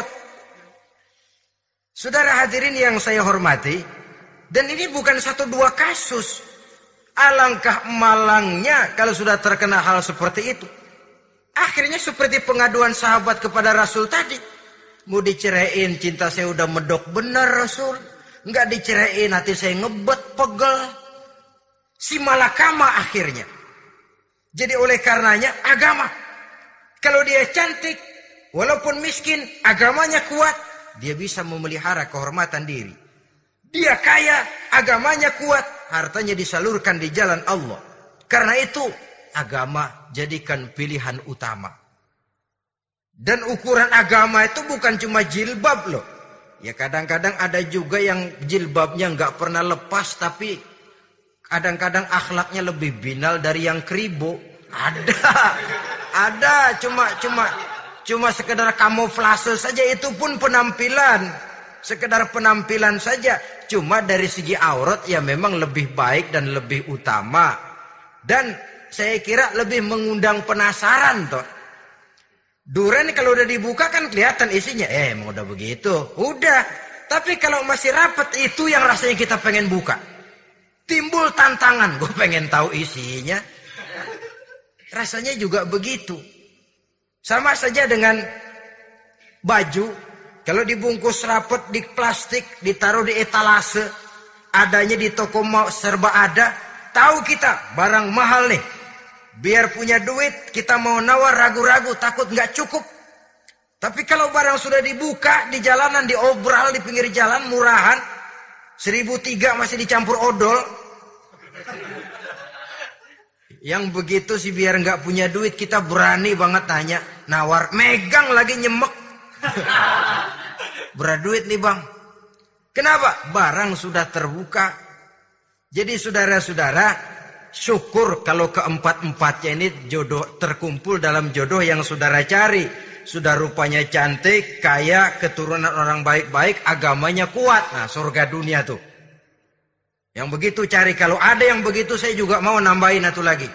Saudara hadirin yang saya hormati, dan ini bukan satu dua kasus. Alangkah malangnya kalau sudah terkena hal seperti itu. Akhirnya seperti pengaduan sahabat kepada Rasul tadi. Mau diceraiin, cinta saya udah medok benar Rasul. Enggak diceraiin, hati saya ngebet, pegel. Si malakama akhirnya. Jadi oleh karenanya agama. Kalau dia cantik, walaupun miskin, agamanya kuat, dia bisa memelihara kehormatan diri. Dia kaya, agamanya kuat, hartanya disalurkan di jalan Allah. Karena itu, agama jadikan pilihan utama. Dan ukuran agama itu bukan cuma jilbab loh. Ya kadang-kadang ada juga yang jilbabnya nggak pernah lepas, tapi kadang-kadang akhlaknya lebih binal dari yang kribo. Ada, ada cuma cuma cuma sekedar kamuflase saja, itu pun penampilan, sekedar penampilan saja. Cuma dari segi aurat ya memang lebih baik dan lebih utama. Dan saya kira lebih mengundang penasaran toh. Duren kalau udah dibuka kan kelihatan isinya. Eh emang udah begitu. Udah. Tapi kalau masih rapat, itu yang rasanya kita pengen buka. Timbul tantangan. Gue pengen tahu isinya. Rasanya juga begitu. Sama saja dengan baju. Kalau dibungkus rapat di plastik, ditaruh di etalase. Adanya di toko mau serba ada. Tahu kita barang mahal nih. Biar punya duit, kita mau nawar ragu-ragu, takut nggak cukup. Tapi kalau barang sudah dibuka, di jalanan, diobral, di pinggir jalan, murahan, seribu tiga masih dicampur odol. Yang begitu sih biar nggak punya duit, kita berani banget tanya, nawar, megang lagi nyemek. Berat duit nih bang. Kenapa? Barang sudah terbuka. Jadi saudara-saudara, syukur kalau keempat-empatnya ini jodoh terkumpul dalam jodoh yang saudara cari. Sudah rupanya cantik, kaya, keturunan orang baik-baik, agamanya kuat. Nah, surga dunia tuh. Yang begitu cari. Kalau ada yang begitu, saya juga mau nambahin satu lagi.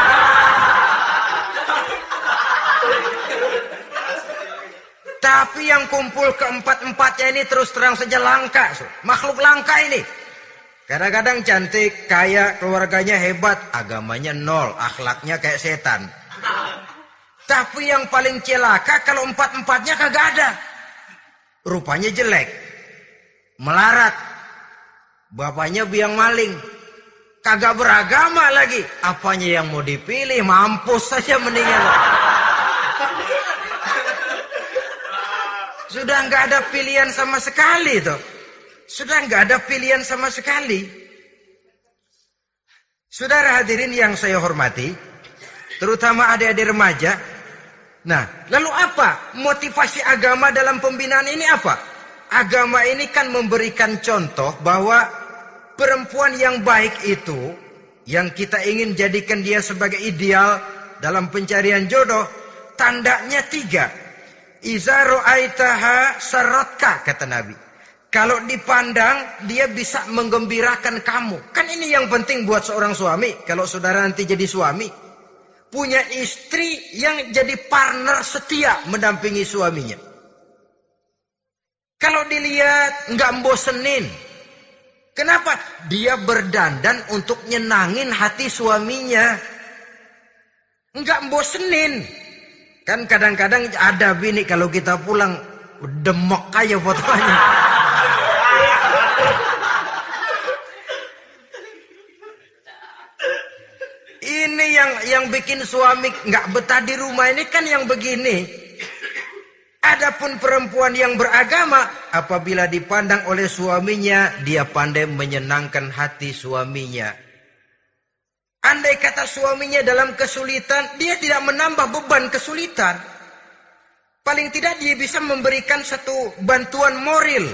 Tapi yang kumpul keempat-empatnya ini terus terang saja langka. Makhluk langka ini. Kadang-kadang cantik, kaya, keluarganya hebat, agamanya nol, akhlaknya kayak setan. Tapi yang paling celaka kalau empat-empatnya kagak ada. Rupanya jelek, melarat, bapaknya biang maling, kagak beragama lagi. Apanya yang mau dipilih, mampus saja mendingan. Sudah nggak ada pilihan sama sekali tuh. Sudah nggak ada pilihan sama sekali. Saudara hadirin yang saya hormati, terutama adik-adik remaja. Nah, lalu apa motivasi agama dalam pembinaan ini apa? Agama ini kan memberikan contoh bahwa perempuan yang baik itu, yang kita ingin jadikan dia sebagai ideal dalam pencarian jodoh, tandanya tiga. Iza ra'aitaha saratka, kata Nabi. Kalau dipandang, dia bisa menggembirakan kamu. Kan ini yang penting buat seorang suami. Kalau saudara nanti jadi suami, punya istri yang jadi partner setia mendampingi suaminya. Kalau dilihat, nggak membosenin. Kenapa? Dia berdandan untuk nyenangin hati suaminya. Enggak bosenin. Kan kadang-kadang ada bini kalau kita pulang demok aja fotonya. Ini yang yang bikin suami enggak betah di rumah ini kan yang begini. Adapun perempuan yang beragama, apabila dipandang oleh suaminya, dia pandai menyenangkan hati suaminya. Andai kata suaminya dalam kesulitan, dia tidak menambah beban kesulitan. Paling tidak dia bisa memberikan satu bantuan moral.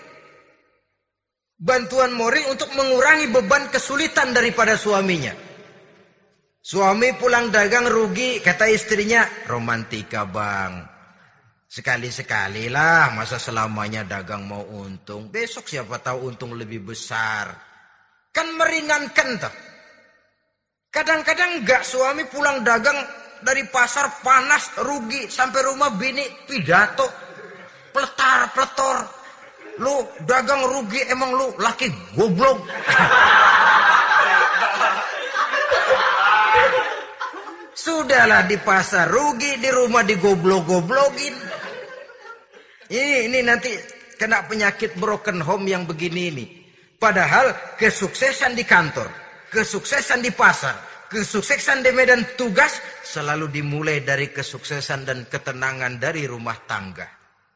Bantuan moral untuk mengurangi beban kesulitan daripada suaminya. Suami pulang dagang rugi, kata istrinya, romantika bang. Sekali-sekali lah, masa selamanya dagang mau untung. Besok siapa tahu untung lebih besar. Kan meringankan tuh. Kadang-kadang enggak, suami pulang dagang dari pasar panas, rugi. Sampai rumah bini pidato. Pletar, pletor. Lu dagang rugi, emang lu laki goblok. Sudahlah di pasar rugi, di rumah digoblok-goblokin. Ini, ini nanti kena penyakit broken home yang begini ini. Padahal kesuksesan di kantor, kesuksesan di pasar, kesuksesan di medan tugas selalu dimulai dari kesuksesan dan ketenangan dari rumah tangga.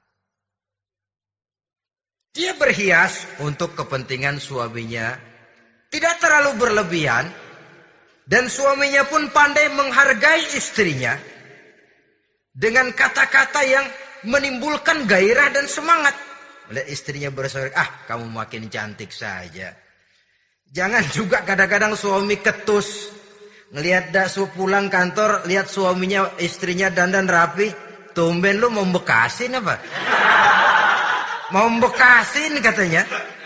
Dia berhias untuk kepentingan suaminya, tidak terlalu berlebihan, dan suaminya pun pandai menghargai istrinya dengan kata-kata yang menimbulkan gairah dan semangat. Melihat istrinya bersorak, ah kamu makin cantik saja. Jangan juga kadang-kadang suami ketus. Ngelihat daksu pulang kantor, lihat suaminya, istrinya dandan rapi. Tumben lu mau bekasin apa? Mau bekasin katanya.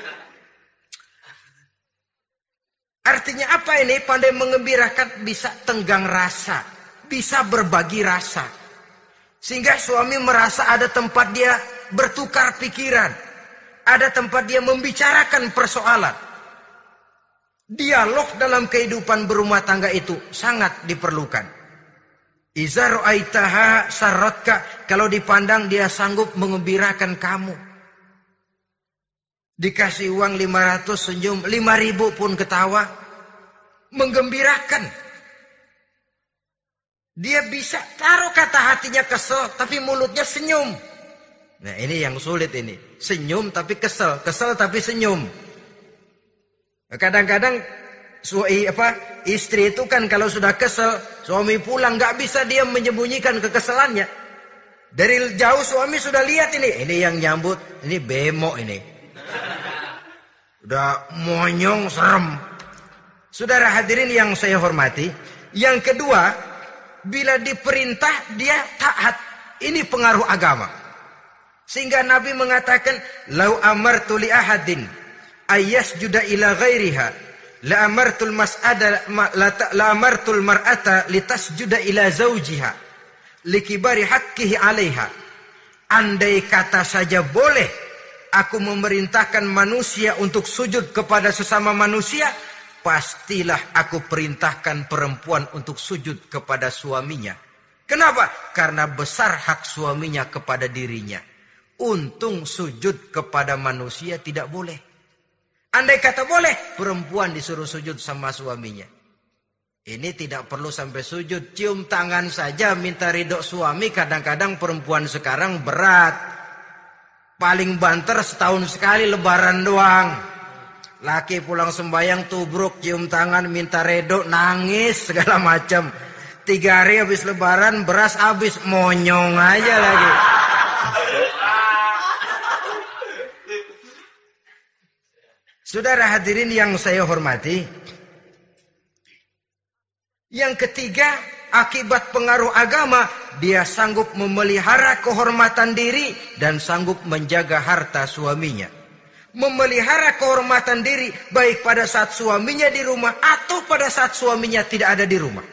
Artinya apa ini? Pandai mengembirakan, bisa tenggang rasa. Bisa berbagi rasa. Sehingga suami merasa ada tempat dia bertukar pikiran. Ada tempat dia membicarakan persoalan. Dialog dalam kehidupan berumah tangga itu sangat diperlukan. Iza ra'aitaha sarratka. Kalau dipandang dia sanggup mengembirakan kamu. Dikasih uang lima ratus senyum, lima ribu pun ketawa. Menggembirakan. Dia bisa taruh kata hatinya kesel, tapi mulutnya senyum. Nah ini yang sulit ini. Senyum tapi kesel, kesel tapi senyum. Kadang-kadang suami apa istri itu kan kalau sudah kesel, suami pulang nggak bisa dia menyembunyikan kekesalannya. Dari jauh suami sudah lihat ini, ini yang nyambut, ini bemo ini. Udah monyong serem. Saudara hadirin yang saya hormati, yang kedua, bila diperintah dia taat. Ini pengaruh agama. Sehingga Nabi mengatakan, "Lau amartu li ahadin ayyasjuda ila ghairiha, la amartul mas'ada la amartul mar'ata litasjuda ila zawjiha likibari haqqihi 'alaiha." Andai kata saja boleh aku memerintahkan manusia untuk sujud kepada sesama manusia, pastilah aku perintahkan perempuan untuk sujud kepada suaminya. Kenapa? Karena besar hak suaminya kepada dirinya. Untung sujud kepada manusia tidak boleh. Andai kata boleh, perempuan disuruh sujud sama suaminya. Ini tidak perlu sampai sujud. Cium tangan saja minta ridho suami. Kadang-kadang perempuan sekarang berat. Paling banter setahun sekali lebaran doang. Laki pulang sembahyang tubruk, cium tangan, minta redo, nangis, segala macam. Tiga hari habis lebaran, beras habis, monyong aja lagi. Saudara hadirin yang saya hormati. Yang ketiga, akibat pengaruh agama, dia sanggup memelihara kehormatan diri dan sanggup menjaga harta suaminya. Memelihara kehormatan diri baik pada saat suaminya di rumah atau pada saat suaminya tidak ada di rumah.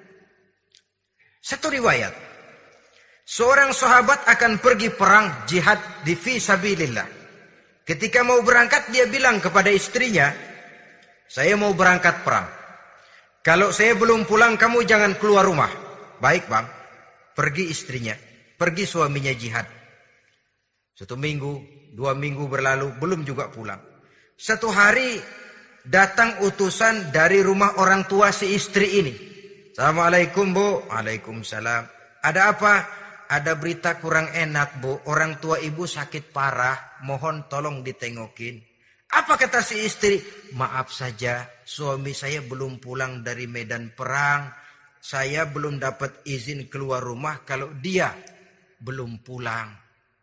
Satu riwayat, seorang sahabat akan pergi perang jihad di fi sabilillah. Ketika mau berangkat dia bilang kepada istrinya, saya mau berangkat perang. Kalau saya belum pulang kamu jangan keluar rumah. Baik bang. Pergi istrinya. Pergi suaminya jihad. Satu minggu, dua minggu berlalu, belum juga pulang. Satu hari datang utusan dari rumah orang tua si istri ini. Assalamualaikum bu. Waalaikumsalam. Ada apa? Ada berita kurang enak bu. Orang tua ibu sakit parah. Mohon tolong ditengokin. Apa kata si istri? Maaf saja, suami saya belum pulang dari medan perang. Saya belum dapat izin keluar rumah kalau dia belum pulang.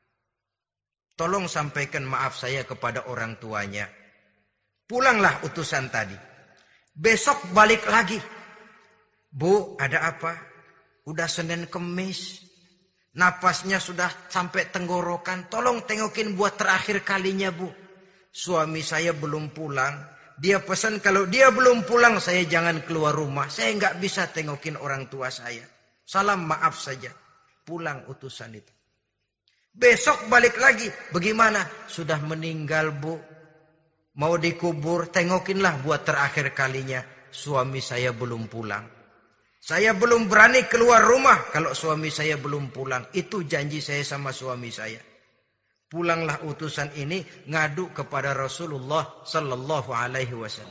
Tolong sampaikan maaf saya kepada orang tuanya. Pulanglah utusan tadi. Besok balik lagi. Bu, ada apa? Udah Senin Kemis. Napasnya sudah sampai tenggorokan. Tolong tengokin buat terakhir kalinya bu. Suami saya belum pulang. Dia pesan kalau dia belum pulang saya jangan keluar rumah. Saya nggak bisa tengokin orang tua saya. Salam maaf saja. Pulang utusan itu. Besok balik lagi. Bagaimana? Sudah meninggal bu. Mau dikubur. Tengokinlah buat terakhir kalinya. Suami saya belum pulang. Saya belum berani keluar rumah kalau suami saya belum pulang. Itu janji saya sama suami saya. Pulanglah utusan ini ngadu kepada Rasulullah sallallahu alaihi wasallam.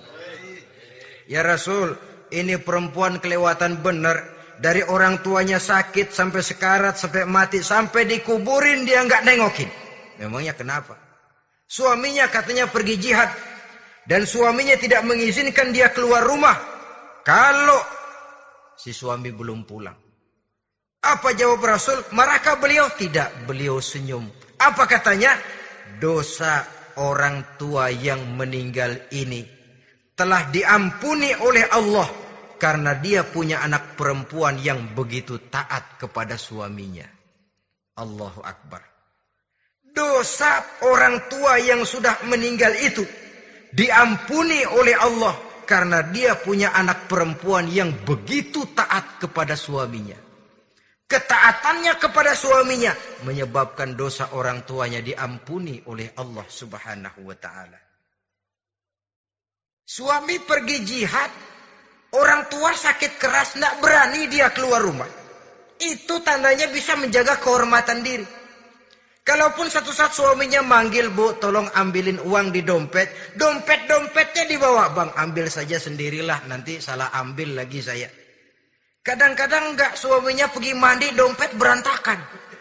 Ya Rasul, ini perempuan kelewatan benar. Dari orang tuanya sakit sampai sekarat, sampai mati, sampai dikuburin dia nggak nengokin. Memangnya kenapa? Suaminya katanya pergi jihad. Dan suaminya tidak mengizinkan dia keluar rumah. Kalau si suami belum pulang. Apa jawab Rasul? Marahkah beliau? Tidak, beliau senyum. Apa katanya? Dosa orang tua yang meninggal ini telah diampuni oleh Allah. Karena dia punya anak perempuan yang begitu taat kepada suaminya. Allahu Akbar. Dosa orang tua yang sudah meninggal itu diampuni oleh Allah. Karena dia punya anak perempuan yang begitu taat kepada suaminya. Ketaatannya kepada suaminya menyebabkan dosa orang tuanya diampuni oleh Allah subhanahu wa ta'ala. Suami pergi jihad. Orang tua sakit keras, tidak berani dia keluar rumah. Itu tandanya bisa menjaga kehormatan diri. Kalaupun satu saat suaminya manggil, bu, tolong ambilin uang di dompet. Dompet-dompetnya dibawa, bang, ambil saja sendirilah, nanti salah ambil lagi saya. Kadang-kadang enggak, suaminya pergi mandi, dompet berantakan.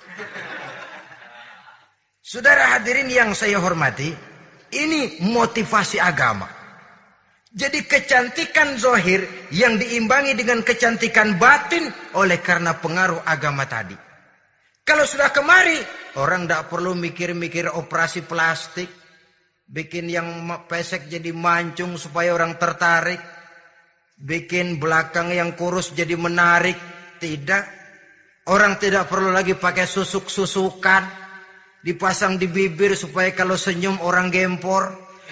Saudara hadirin yang saya hormati, ini motivasi agama. Jadi kecantikan zahir yang diimbangi dengan kecantikan batin oleh karena pengaruh agama tadi. Kalau sudah kemari, orang tidak perlu mikir-mikir operasi plastik. Bikin yang pesek jadi mancung supaya orang tertarik. Bikin belakang yang kurus jadi menarik. Tidak. Orang tidak perlu lagi pakai susuk-susukan. Dipasang di bibir supaya kalau senyum orang gempor.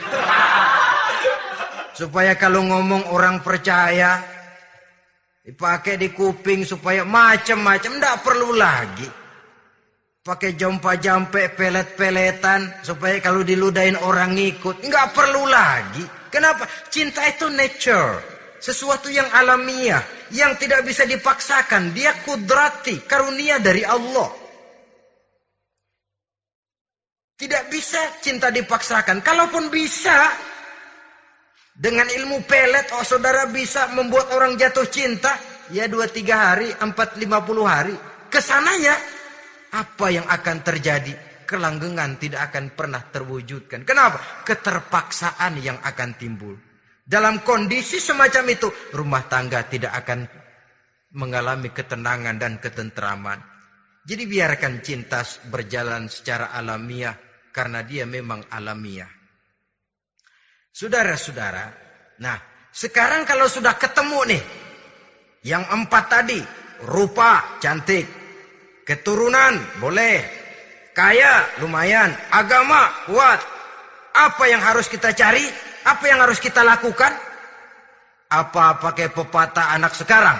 Supaya kalau ngomong orang percaya. Dipakai di kuping supaya macam-macam. Tidak perlu lagi. Pakai jompa-jampe, pelet-peletan. Supaya kalau diludahin orang ngikut. Nggak perlu lagi. Kenapa? Cinta itu nature. Sesuatu yang alamiah. Yang tidak bisa dipaksakan. Dia kudrati. Karunia dari Allah. Tidak bisa cinta dipaksakan. Kalaupun bisa. Dengan ilmu pelet, oh saudara bisa membuat orang jatuh cinta. Ya dua tiga hari, empat lima puluh hari. Kesananya, apa yang akan terjadi? Kelanggengan tidak akan pernah terwujudkan. Kenapa? Keterpaksaan yang akan timbul. Dalam kondisi semacam itu, rumah tangga tidak akan mengalami ketenangan dan ketentraman. Jadi biarkan cinta berjalan secara alamiah. Karena dia memang alamiah. Saudara-saudara, nah sekarang kalau sudah ketemu nih, yang empat tadi, rupa cantik, keturunan boleh, kaya lumayan, agama kuat, apa yang harus kita cari, apa yang harus kita lakukan? Apa pakai pepatah anak sekarang?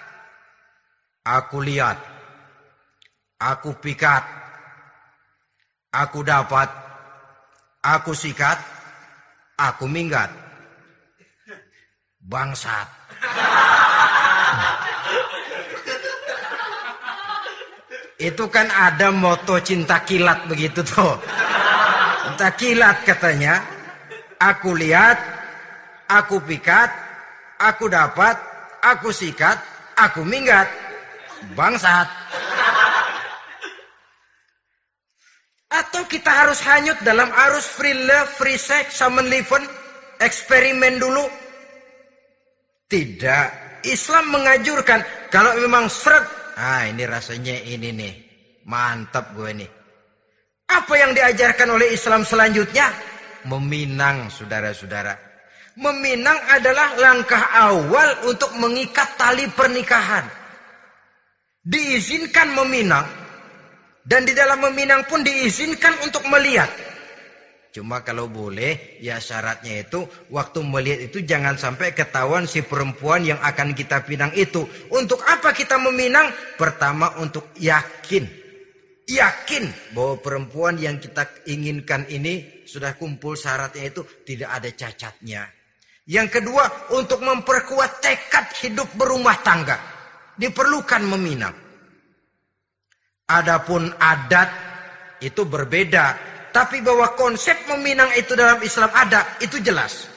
Aku lihat, aku pikat, aku dapat, aku sikat, aku minggat. Bangsat. Itu kan ada moto cinta kilat begitu tuh. Cinta kilat katanya. Aku lihat, aku pikat, aku dapat, aku sikat, aku minggat. Bangsat. Atau kita harus hanyut dalam arus free love, free sex, summon living, eksperimen dulu? Tidak. Islam mengajurkan kalau memang seret, ah ini rasanya ini nih, mantap gue nih. Apa yang diajarkan oleh Islam selanjutnya? Meminang, saudara-saudara. Meminang adalah langkah awal untuk mengikat tali pernikahan. Diizinkan meminang. Dan di dalam meminang pun diizinkan untuk melihat. Cuma kalau boleh, ya syaratnya itu, waktu melihat itu jangan sampai ketahuan si perempuan yang akan kita pinang itu. Untuk apa kita meminang? Pertama untuk yakin. Yakin bahwa perempuan yang kita inginkan ini sudah kumpul syaratnya itu, tidak ada cacatnya. Yang kedua, untuk memperkuat tekad hidup berumah tangga. Diperlukan meminang. Adapun adat itu berbeda. Tapi bahwa konsep meminang itu dalam Islam ada, itu jelas.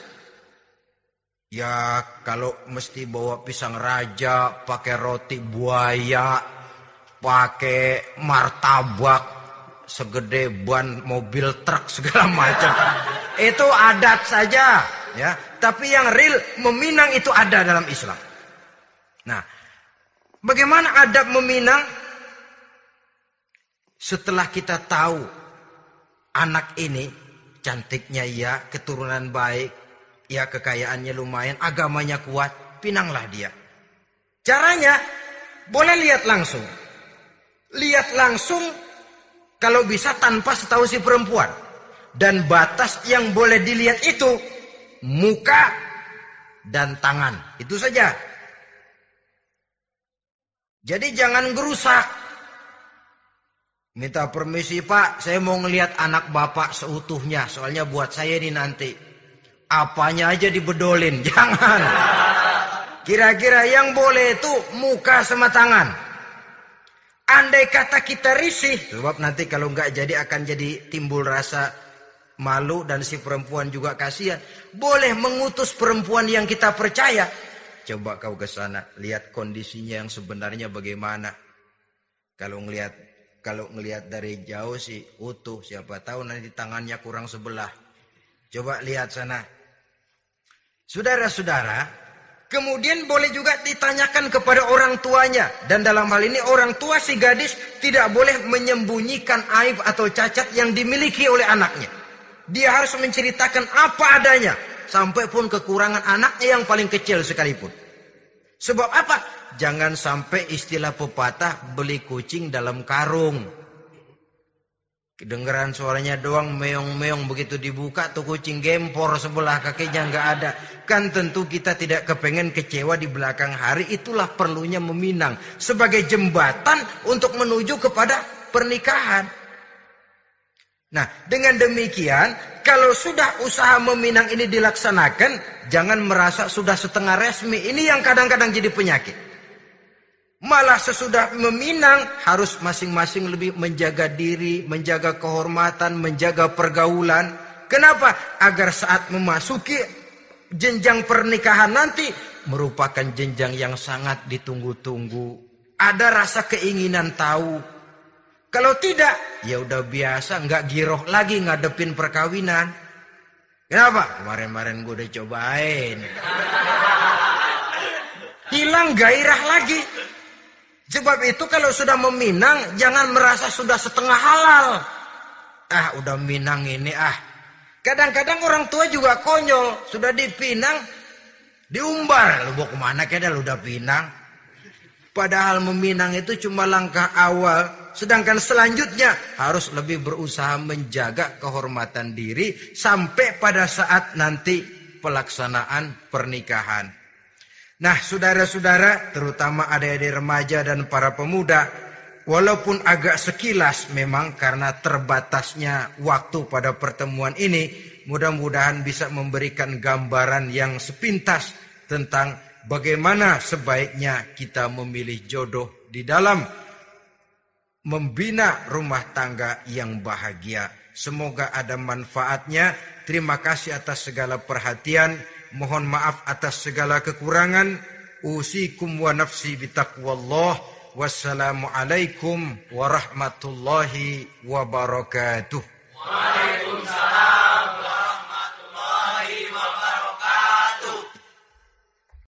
Ya kalau mesti bawa pisang raja, pakai roti buaya, pakai martabak, segede ban mobil truk segala macam. Itu adat saja. Ya. Tapi yang real meminang itu ada dalam Islam. Nah, bagaimana adab meminang? Setelah kita tahu anak ini cantiknya ya, keturunan baik, ya kekayaannya lumayan, agamanya kuat, pinanglah dia. Caranya boleh lihat langsung. Lihat langsung kalau bisa tanpa setahu si perempuan. Dan batas yang boleh dilihat itu muka dan tangan. Itu saja. Jadi jangan gerusak. Minta permisi Pak, saya mau ngelihat anak Bapak seutuhnya. Soalnya buat saya ini nanti. Apanya aja dibedolin, jangan. Kira-kira yang boleh itu muka sama tangan. Andai kata kita risih. Sebab nanti kalau nggak jadi akan jadi timbul rasa malu dan si perempuan juga kasihan. Boleh mengutus perempuan yang kita percaya. Coba kau ke sana, lihat kondisinya yang sebenarnya bagaimana. Kalau ngelihat Kalau ngelihat dari jauh sih utuh, siapa tahu nanti tangannya kurang sebelah. Coba lihat sana. Saudara-saudara, kemudian boleh juga ditanyakan kepada orang tuanya. Dan dalam hal ini orang tua si gadis tidak boleh menyembunyikan aib atau cacat yang dimiliki oleh anaknya. Dia harus menceritakan apa adanya. Sampai pun kekurangan anaknya yang paling kecil sekalipun. Sebab apa? Jangan sampai istilah pepatah beli kucing dalam karung. Kedengeran suaranya doang meong-meong, begitu dibuka tuh kucing gempor sebelah kakinya nggak ada. Kan tentu kita tidak kepengen kecewa di belakang hari. Itulah perlunya meminang sebagai jembatan untuk menuju kepada pernikahan. Nah, dengan demikian, kalau sudah usaha meminang ini dilaksanakan, jangan merasa sudah setengah resmi. Ini yang kadang-kadang jadi penyakit. Malah sesudah meminang, harus masing-masing lebih menjaga diri, menjaga kehormatan, menjaga pergaulan. Kenapa? Agar saat memasuki jenjang pernikahan nanti, merupakan jenjang yang sangat ditunggu-tunggu. Ada rasa keinginan tahu. Kalau tidak, ya udah biasa, nggak giroh lagi ngadepin perkawinan. Kenapa? Kemarin-kemarin gue udah cobain. Hilang gairah lagi. Sebab itu kalau sudah meminang, jangan merasa sudah setengah halal. Ah, udah minang ini ah. Kadang-kadang orang tua juga konyol. Sudah dipinang, diumbar. Lu mau kemana kayaknya lu udah pinang. Padahal meminang itu cuma langkah awal. Sedangkan selanjutnya harus lebih berusaha menjaga kehormatan diri sampai pada saat nanti pelaksanaan pernikahan. Nah, saudara-saudara, terutama adik-adik remaja dan para pemuda, walaupun agak sekilas memang karena terbatasnya waktu pada pertemuan ini, mudah-mudahan bisa memberikan gambaran yang sepintas tentang bagaimana sebaiknya kita memilih jodoh di dalam membina rumah tangga yang bahagia. Semoga ada manfaatnya. Terima kasih atas segala perhatian. Mohon maaf atas segala kekurangan. Usikum wa nafsi bitaqwallah. Wassalamualaikum warahmatullahi wabarakatuh. Waalaikumsalam.